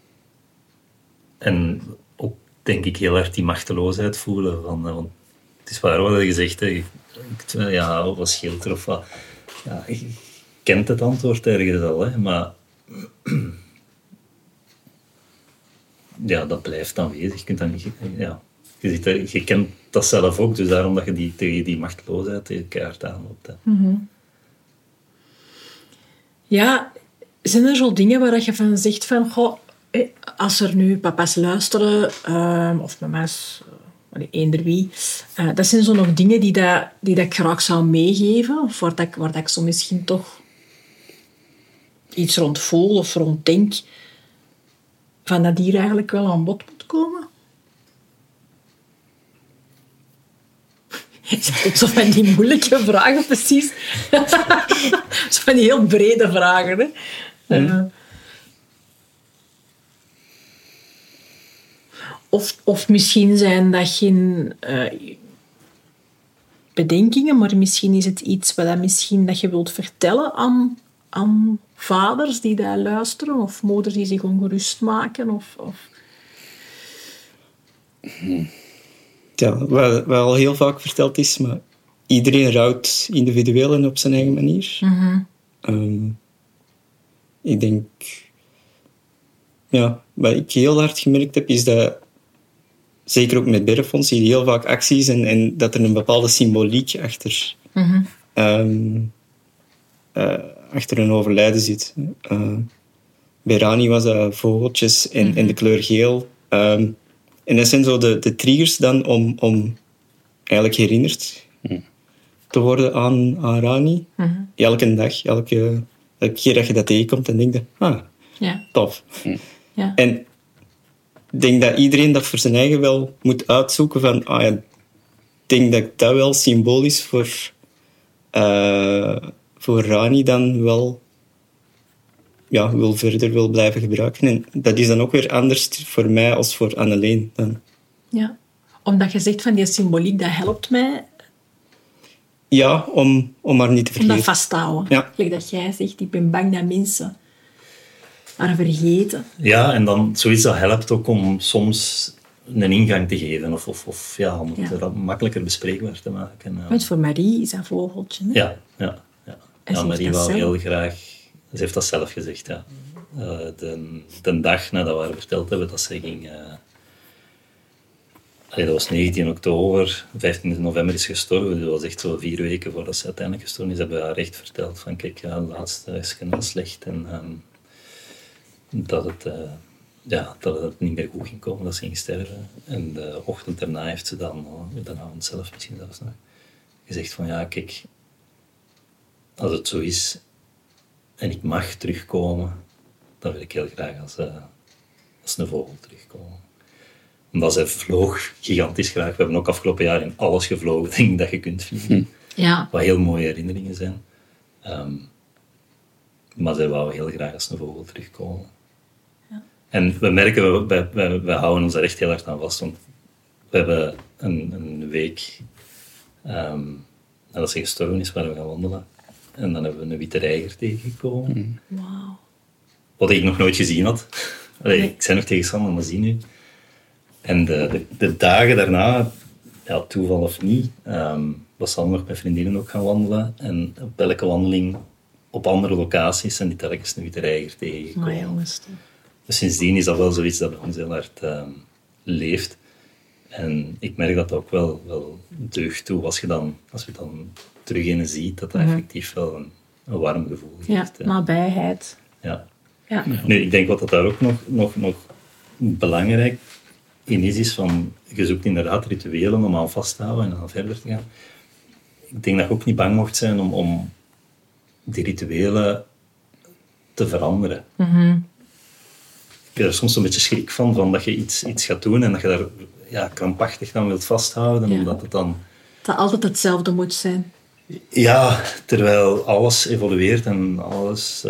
En ook, denk ik, heel erg die machteloosheid voelen. Want het is waar wat je zegt, hè. Ja, wat scheelt er of wat. Ja, je kent het antwoord ergens al, hè, maar... Ja, dat blijft aanwezig. Je kunt dat niet... Ja, je kent dat zelf ook, dus daarom dat je tegen die machteloosheid tegen keihard aanloopt. Hè.
Ja, zijn er zo dingen waar je van zegt van... Goh, als er nu papa's luisteren, of mama's, eender wie... dat zijn zo nog dingen die dat ik graag zou meegeven, of waar dat ik zo misschien toch iets rond voel of rond denk, van dat hier eigenlijk wel aan bod moet komen. Is dat zo van die moeilijke vragen, precies? Zo van die heel brede vragen, hè? Of misschien zijn dat geen bedenkingen, maar misschien is het iets dat je wilt vertellen aan vaders die daar luisteren, of moeders die zich ongerust maken. Of...
Ja, wat al heel vaak verteld is, maar iedereen rouwt individueel en op zijn eigen manier. Ik denk... Ja, wat ik heel hard gemerkt heb, is dat... Zeker ook met Berenfonds, zie je heel vaak acties en dat er een bepaalde symboliek achter een overlijden zit. Bij Rani was dat vogeltjes en de kleur geel. En dat zijn zo de triggers dan om eigenlijk herinnerd te worden aan Rani. Elke dag, elke keer dat je dat tegenkomt, dan denk je, tof.
Ja.
En ik denk dat iedereen dat voor zijn eigen wel moet uitzoeken van, ik denk dat ik dat wel symbolisch voor Rani dan wel wil blijven gebruiken. En dat is dan ook weer anders voor mij als voor Anneleen dan.
Ja, omdat je zegt van die symboliek, dat helpt mij.
Ja, om maar niet te vergeten.
Om dat vast te houden.
Ja.
Like dat jij zegt, ik ben bang dat mensen maar vergeten.
Ja, en dan zoiets dat helpt ook om soms een ingang te geven of om het makkelijker bespreekbaar te maken.
Want voor Marie is dat vogeltje. Hè?
Ja.
En ze
Marie
heeft dat
wou
zelf.
heel graag... Ze heeft dat zelf gezegd, ja. De dag nadat we haar verteld hebben dat ze ging... dat was 19 oktober, 15 november is gestorven. Dus dat was echt zo 4 weken voordat ze uiteindelijk gestorven is. Hebben we haar echt verteld van, kijk, de laatste is heel slecht. En dat het niet meer goed ging komen, dat ze ging sterven. En de ochtend daarna heeft ze dan, de avond zelf misschien zelfs nog, gezegd van, ja, kijk, als het zo is en ik mag terugkomen, dan wil ik heel graag als een vogel terugkomen. Omdat zij vloog gigantisch graag. We hebben ook afgelopen jaar in alles gevlogen, denk ik, dat je kunt vliegen.
Ja.
Wat heel mooie herinneringen zijn. Maar zij wou heel graag als een vogel terugkomen. Ja. En we merken, we houden ons daar echt heel hard aan vast. Want we hebben een week nadat ze gestorven is, waar we gaan wandelen. En dan hebben we een witte reiger tegengekomen.
Wauw.
Wat ik nog nooit gezien had. Allee, ik zei nog tegen Sander, maar zie nu. En de dagen daarna, ja, toeval of niet, was Sander nog met vriendinnen ook gaan wandelen. En op elke wandeling op andere locaties zijn die telkens een witte reiger tegengekomen.
Maar jongens.
Dus sindsdien is dat wel zoiets dat bij ons heel hard leeft. En ik merk dat ook wel deugd toe als je dan terug in ziet, dat effectief wel een warm gevoel geeft.
Ja, nabijheid.
Ja.
Ja.
Nu, ik denk wat dat daar ook nog belangrijk in is van, je zoekt inderdaad rituelen om aan vast te houden en aan verder te gaan. Ik denk dat je ook niet bang mocht zijn om die rituelen te veranderen. ik heb er soms een beetje schrik van dat je iets gaat doen en dat je daar krampachtig dan wilt vasthouden, omdat het dan...
Dat altijd hetzelfde moet zijn.
Ja, terwijl alles evolueert en alles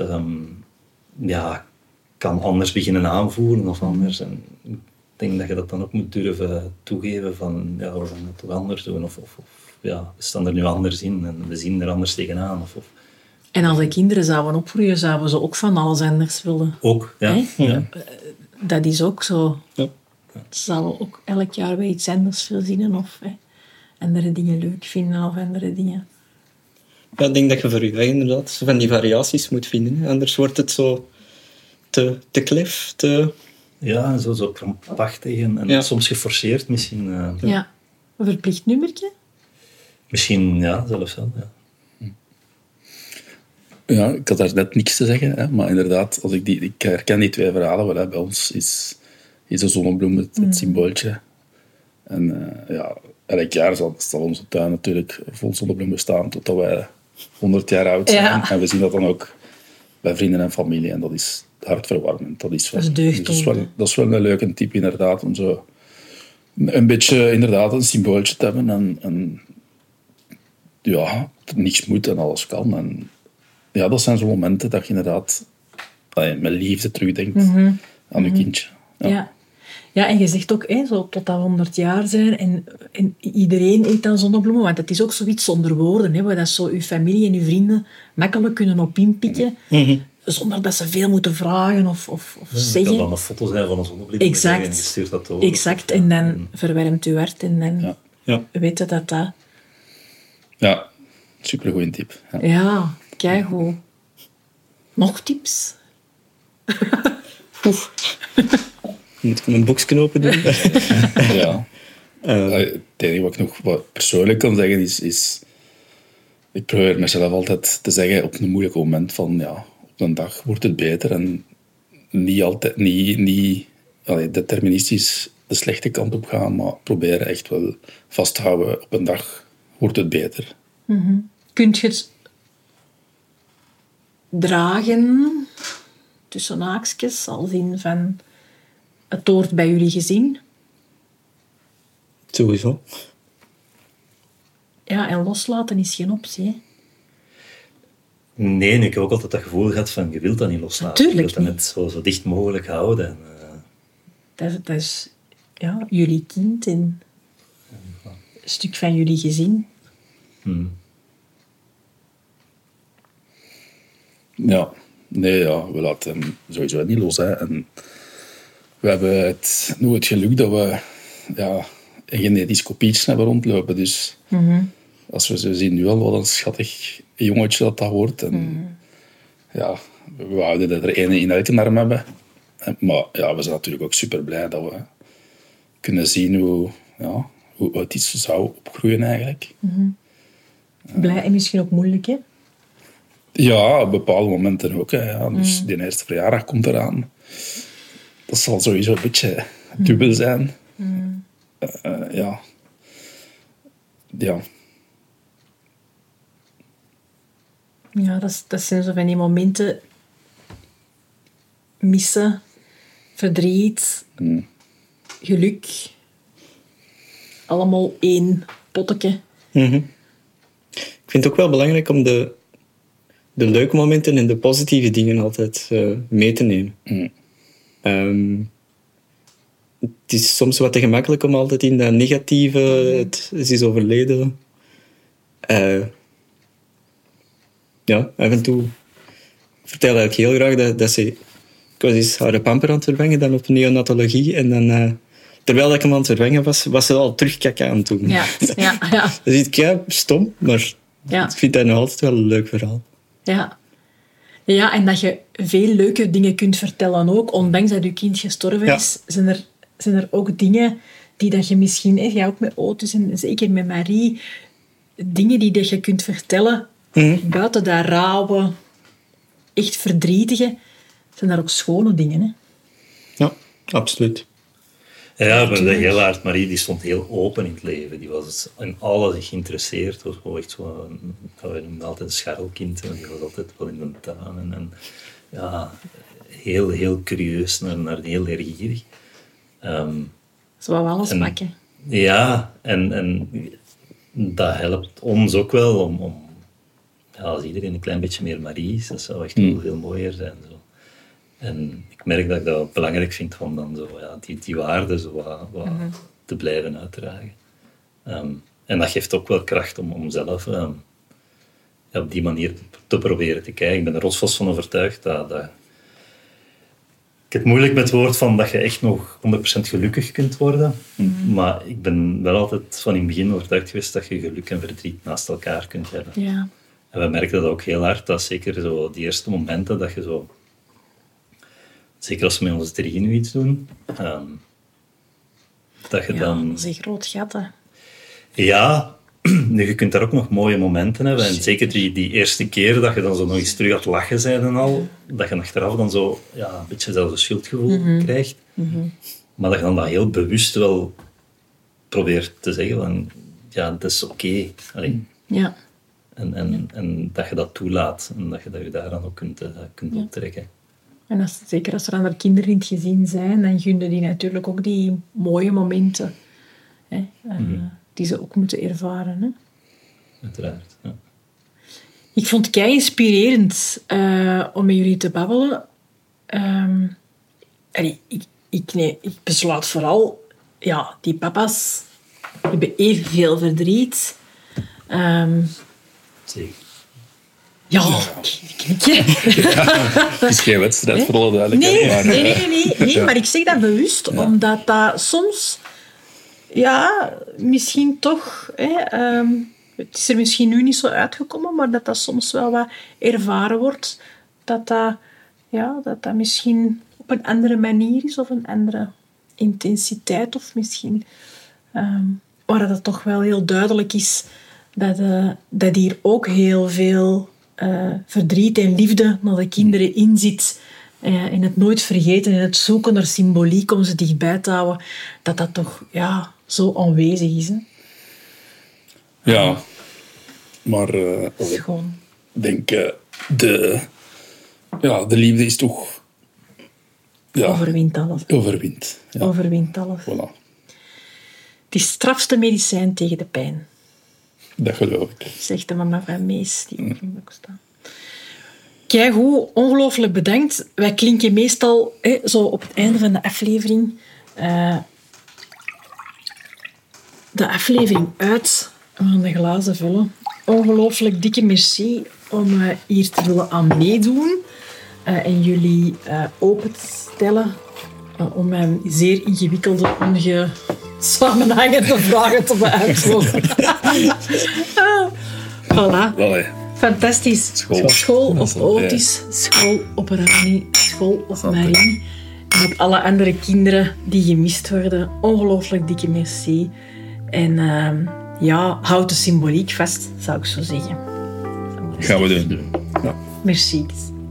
kan anders beginnen aanvoelen of anders. En ik denk dat je dat dan ook moet durven toegeven van, we gaan het toch anders doen of we staan er nu anders in en we zien er anders tegenaan. Of.
En als de kinderen zouden opgroeien, zouden ze ook van alles anders willen.
Ook, ja. Ja.
Dat is ook zo.
Ja.
Ze zouden ook elk jaar weer iets anders verzinnen of andere dingen leuk vinden of andere dingen.
Ja, ik denk dat je voor je inderdaad zo van die variaties moet vinden. Hè. Anders wordt het zo te klef, te...
Ja, zo krampachtig en soms geforceerd misschien.
Ja. Een verplicht nummertje?
Misschien, zelfs wel, ja.
Ja, ik had daar net niks te zeggen, hè, maar inderdaad, als ik herken die twee verhalen wel. Hè. Bij ons is de zonnebloem het symbooltje. En elk jaar zal onze tuin natuurlijk vol zonnebloemen staan totdat wij 100 jaar oud zijn.
Ja.
En we zien dat dan ook bij vrienden en familie. En dat is hartverwarmend. Dat is wel een leuke tip inderdaad, om zo een beetje inderdaad een symbooltje te hebben. En niks moet en alles kan. En ja, dat zijn zo'n momenten dat je inderdaad met liefde terugdenkt aan je kindje.
Ja. Ja, en je zegt ook, zo tot dat 100 jaar zijn en iedereen eet dan zonnebloemen, want het is ook zoiets zonder woorden, waar dat zo je familie en je vrienden makkelijk kunnen op inpikken, zonder dat ze veel moeten vragen of zeggen.
Het kan dan een foto zijn van een zonnebloem en je stuurt dat door.
Exact, en dan verwarmt je hart en dan weet je dat dat...
Ja, supergoeie tip.
Ja, keigoed. Nog tips?
Moet ik mijn boekje open doen?
Ja. Het enige wat ik nog persoonlijk kan zeggen is... Ik probeer mezelf altijd te zeggen op een moeilijk moment van... op een dag wordt het beter en niet altijd... Niet deterministisch de slechte kant op gaan, maar proberen echt wel vast te houden. Op een dag wordt het beter.
Kunt je het dragen, tussen haakjes, als in van... Het hoort bij jullie gezin.
Sowieso.
Ja, en loslaten is geen optie, hè?
Nee, ik heb ook altijd dat gevoel gehad van, je wilt dat niet loslaten.
Natuurlijk
je wilt dat net zo dicht mogelijk houden. En,
dat is jullie kind en een stuk van jullie gezin.
Ja, we laten hem sowieso niet los. Hè. En we hebben het geluk dat we een genetisch kopietje hebben rondlopen. Dus als we zo zien nu al wat een schattig jongetje dat wordt. En, we houden dat er ene in elke arm hebben. Maar we zijn natuurlijk ook super blij dat we kunnen zien hoe iets zou opgroeien eigenlijk.
Blij en misschien ook moeilijk, hè?
Ja, op bepaalde momenten ook. Hè, ja. Dus die eerste verjaardag komt eraan. Dat zal sowieso een beetje dubbel zijn. Ja.
Ja, dat zijn zo van die momenten... Missen, verdriet, geluk. Allemaal één potteke.
Ik vind het ook wel belangrijk om de leuke momenten en de positieve dingen altijd mee te nemen. Het is soms wat te gemakkelijk om altijd in dat negatieve... Het is overleden. Af en toe... Ik vertel eigenlijk heel graag dat ze... Ik was eens haar pamper aan het vervangen, dan op neonatologie. En dan... Terwijl ik hem aan het vervangen was ze al terug kaka aan het doen.
Ja.
Dat is stom, maar ik vind dat nog altijd wel een leuk verhaal.
Ja, en dat je veel leuke dingen kunt vertellen ook. Ondanks dat je kind gestorven is, zijn er ook dingen die dat je misschien... Jij ook met Otis en zeker met Marie... Dingen die dat je kunt vertellen, buiten dat rauwe, echt verdrietige, zijn daar ook schone dingen, hè?
Ja, absoluut.
Ja, de heel hard. Marie die stond heel open in het leven. Die was in alles geïnteresseerd. Was gewoon echt zo, we noemden altijd een scharrelkind. Die was altijd wel in de tuin. En heel, heel curieus, naar heel leergierig.
Ze wou alles pakken.
Ja, en dat helpt ons ook wel om als iedereen een klein beetje meer Marie is, dat zou echt heel veel mooier zijn. Zo. En ik merk dat ik dat belangrijk vind om dan zo, die waarden zo wat te blijven uitdragen. En dat geeft ook wel kracht om zelf op die manier te proberen te kijken. Ik ben er rotsvast van overtuigd dat ik het moeilijk met het woord van dat je echt nog 100% gelukkig kunt worden. Maar ik ben wel altijd van in het begin overtuigd geweest dat je geluk en verdriet naast elkaar kunt hebben.
Ja.
En we merken dat ook heel hard, dat zeker zo die eerste momenten dat je zo... Zeker als we met ons 3 nu iets doen, dat je dan...
dat is een groot gat, hè.
Ja, je kunt daar ook nog mooie momenten hebben. En zeker die eerste keer dat je dan zo nog eens terug aan het lachen bent en al, dat je achteraf dan zo een beetje zelfs schuldgevoel krijgt. Maar dat je dan dat heel bewust wel probeert te zeggen van, dat is oké.
Ja.
En dat je dat toelaat en dat je daar dan ook kunt optrekken.
En zeker als er andere kinderen in het gezin zijn, dan gunnen die natuurlijk ook die mooie momenten. Hè, die ze ook moeten ervaren. Hè.
Uiteraard, ja.
Ik vond het kei inspirerend om met jullie te babbelen. Ik besluit vooral, die papa's hebben evenveel verdriet.
Zeker.
Ja, knikje.
Het is geen wedstrijd voor alle duidelijkheid.
Nee, maar ik zeg dat bewust, omdat dat soms... misschien toch... het is er misschien nu niet zo uitgekomen, maar dat soms wel wat ervaren wordt. Dat misschien op een andere manier is, of een andere intensiteit, of misschien... maar dat toch wel heel duidelijk is dat hier ook heel veel verdriet en liefde naar de kinderen in zit. En het nooit vergeten en het zoeken naar symboliek om ze dichtbij te houden, dat toch zo aanwezig is. Hè?
Ja, maar
Schoon.
ik denk de liefde is toch... Ja,
overwint alles.
Overwint. Ja.
Overwint alles.
Voilà.
Het is het strafste medicijn tegen de pijn.
Dat geloof ik.
Zegt de mama van Mees, die ook in boek staat. Keigoed, ongelooflijk bedankt. Wij klinken meestal zo op het einde van de aflevering uit. We gaan de glazen vullen. Ongelooflijk dikke merci om hier te willen aan meedoen en jullie open te stellen om mijn zeer ingewikkelde, samenhangende vragen te beantwoorden. Voilà.
Allee.
Fantastisch. School op Otis, school op Rani, school op Marie. En op alle andere kinderen die gemist worden. Ongelooflijk dikke merci. En houd de symboliek vast, zou ik zo zeggen.
Gaan we doen. Ja.
Merci.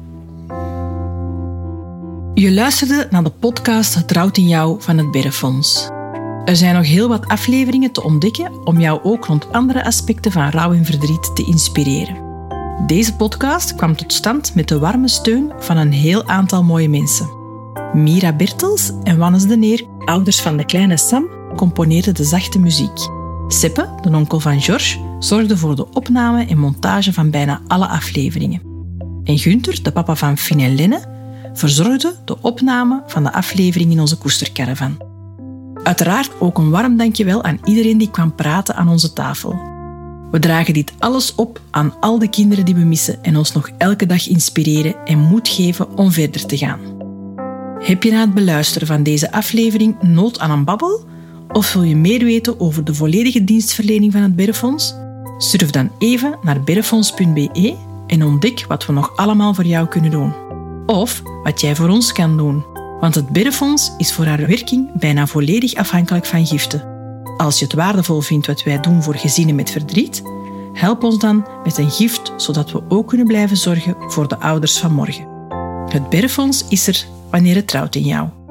Je luisterde naar de podcast Het Rouwt in Jou van het Berrefonds. Er zijn nog heel wat afleveringen te ontdekken om jou ook rond andere aspecten van rouw en verdriet te inspireren. Deze podcast kwam tot stand met de warme steun van een heel aantal mooie mensen. Mira Bertels en Wannes de Neer, ouders van de kleine Sam, componeerden de zachte muziek. Seppe, de onkel van George, zorgde voor de opname en montage van bijna alle afleveringen. En Gunther, de papa van Finn en Lenne, verzorgde de opname van de aflevering in onze koestercaravan. Uiteraard ook een warm dankjewel aan iedereen die kwam praten aan onze tafel. We dragen dit alles op aan al de kinderen die we missen en ons nog elke dag inspireren en moed geven om verder te gaan. Heb je na het beluisteren van deze aflevering nood aan een babbel? Of wil je meer weten over de volledige dienstverlening van het Berrefonds? Surf dan even naar berrefonds.be en ontdek wat we nog allemaal voor jou kunnen doen. Of wat jij voor ons kan doen. Want het Berrefonds is voor haar werking bijna volledig afhankelijk van giften. Als je het waardevol vindt wat wij doen voor gezinnen met verdriet, help ons dan met een gift, zodat we ook kunnen blijven zorgen voor de ouders van morgen. Het Berrefonds is er wanneer het rouwt in jou.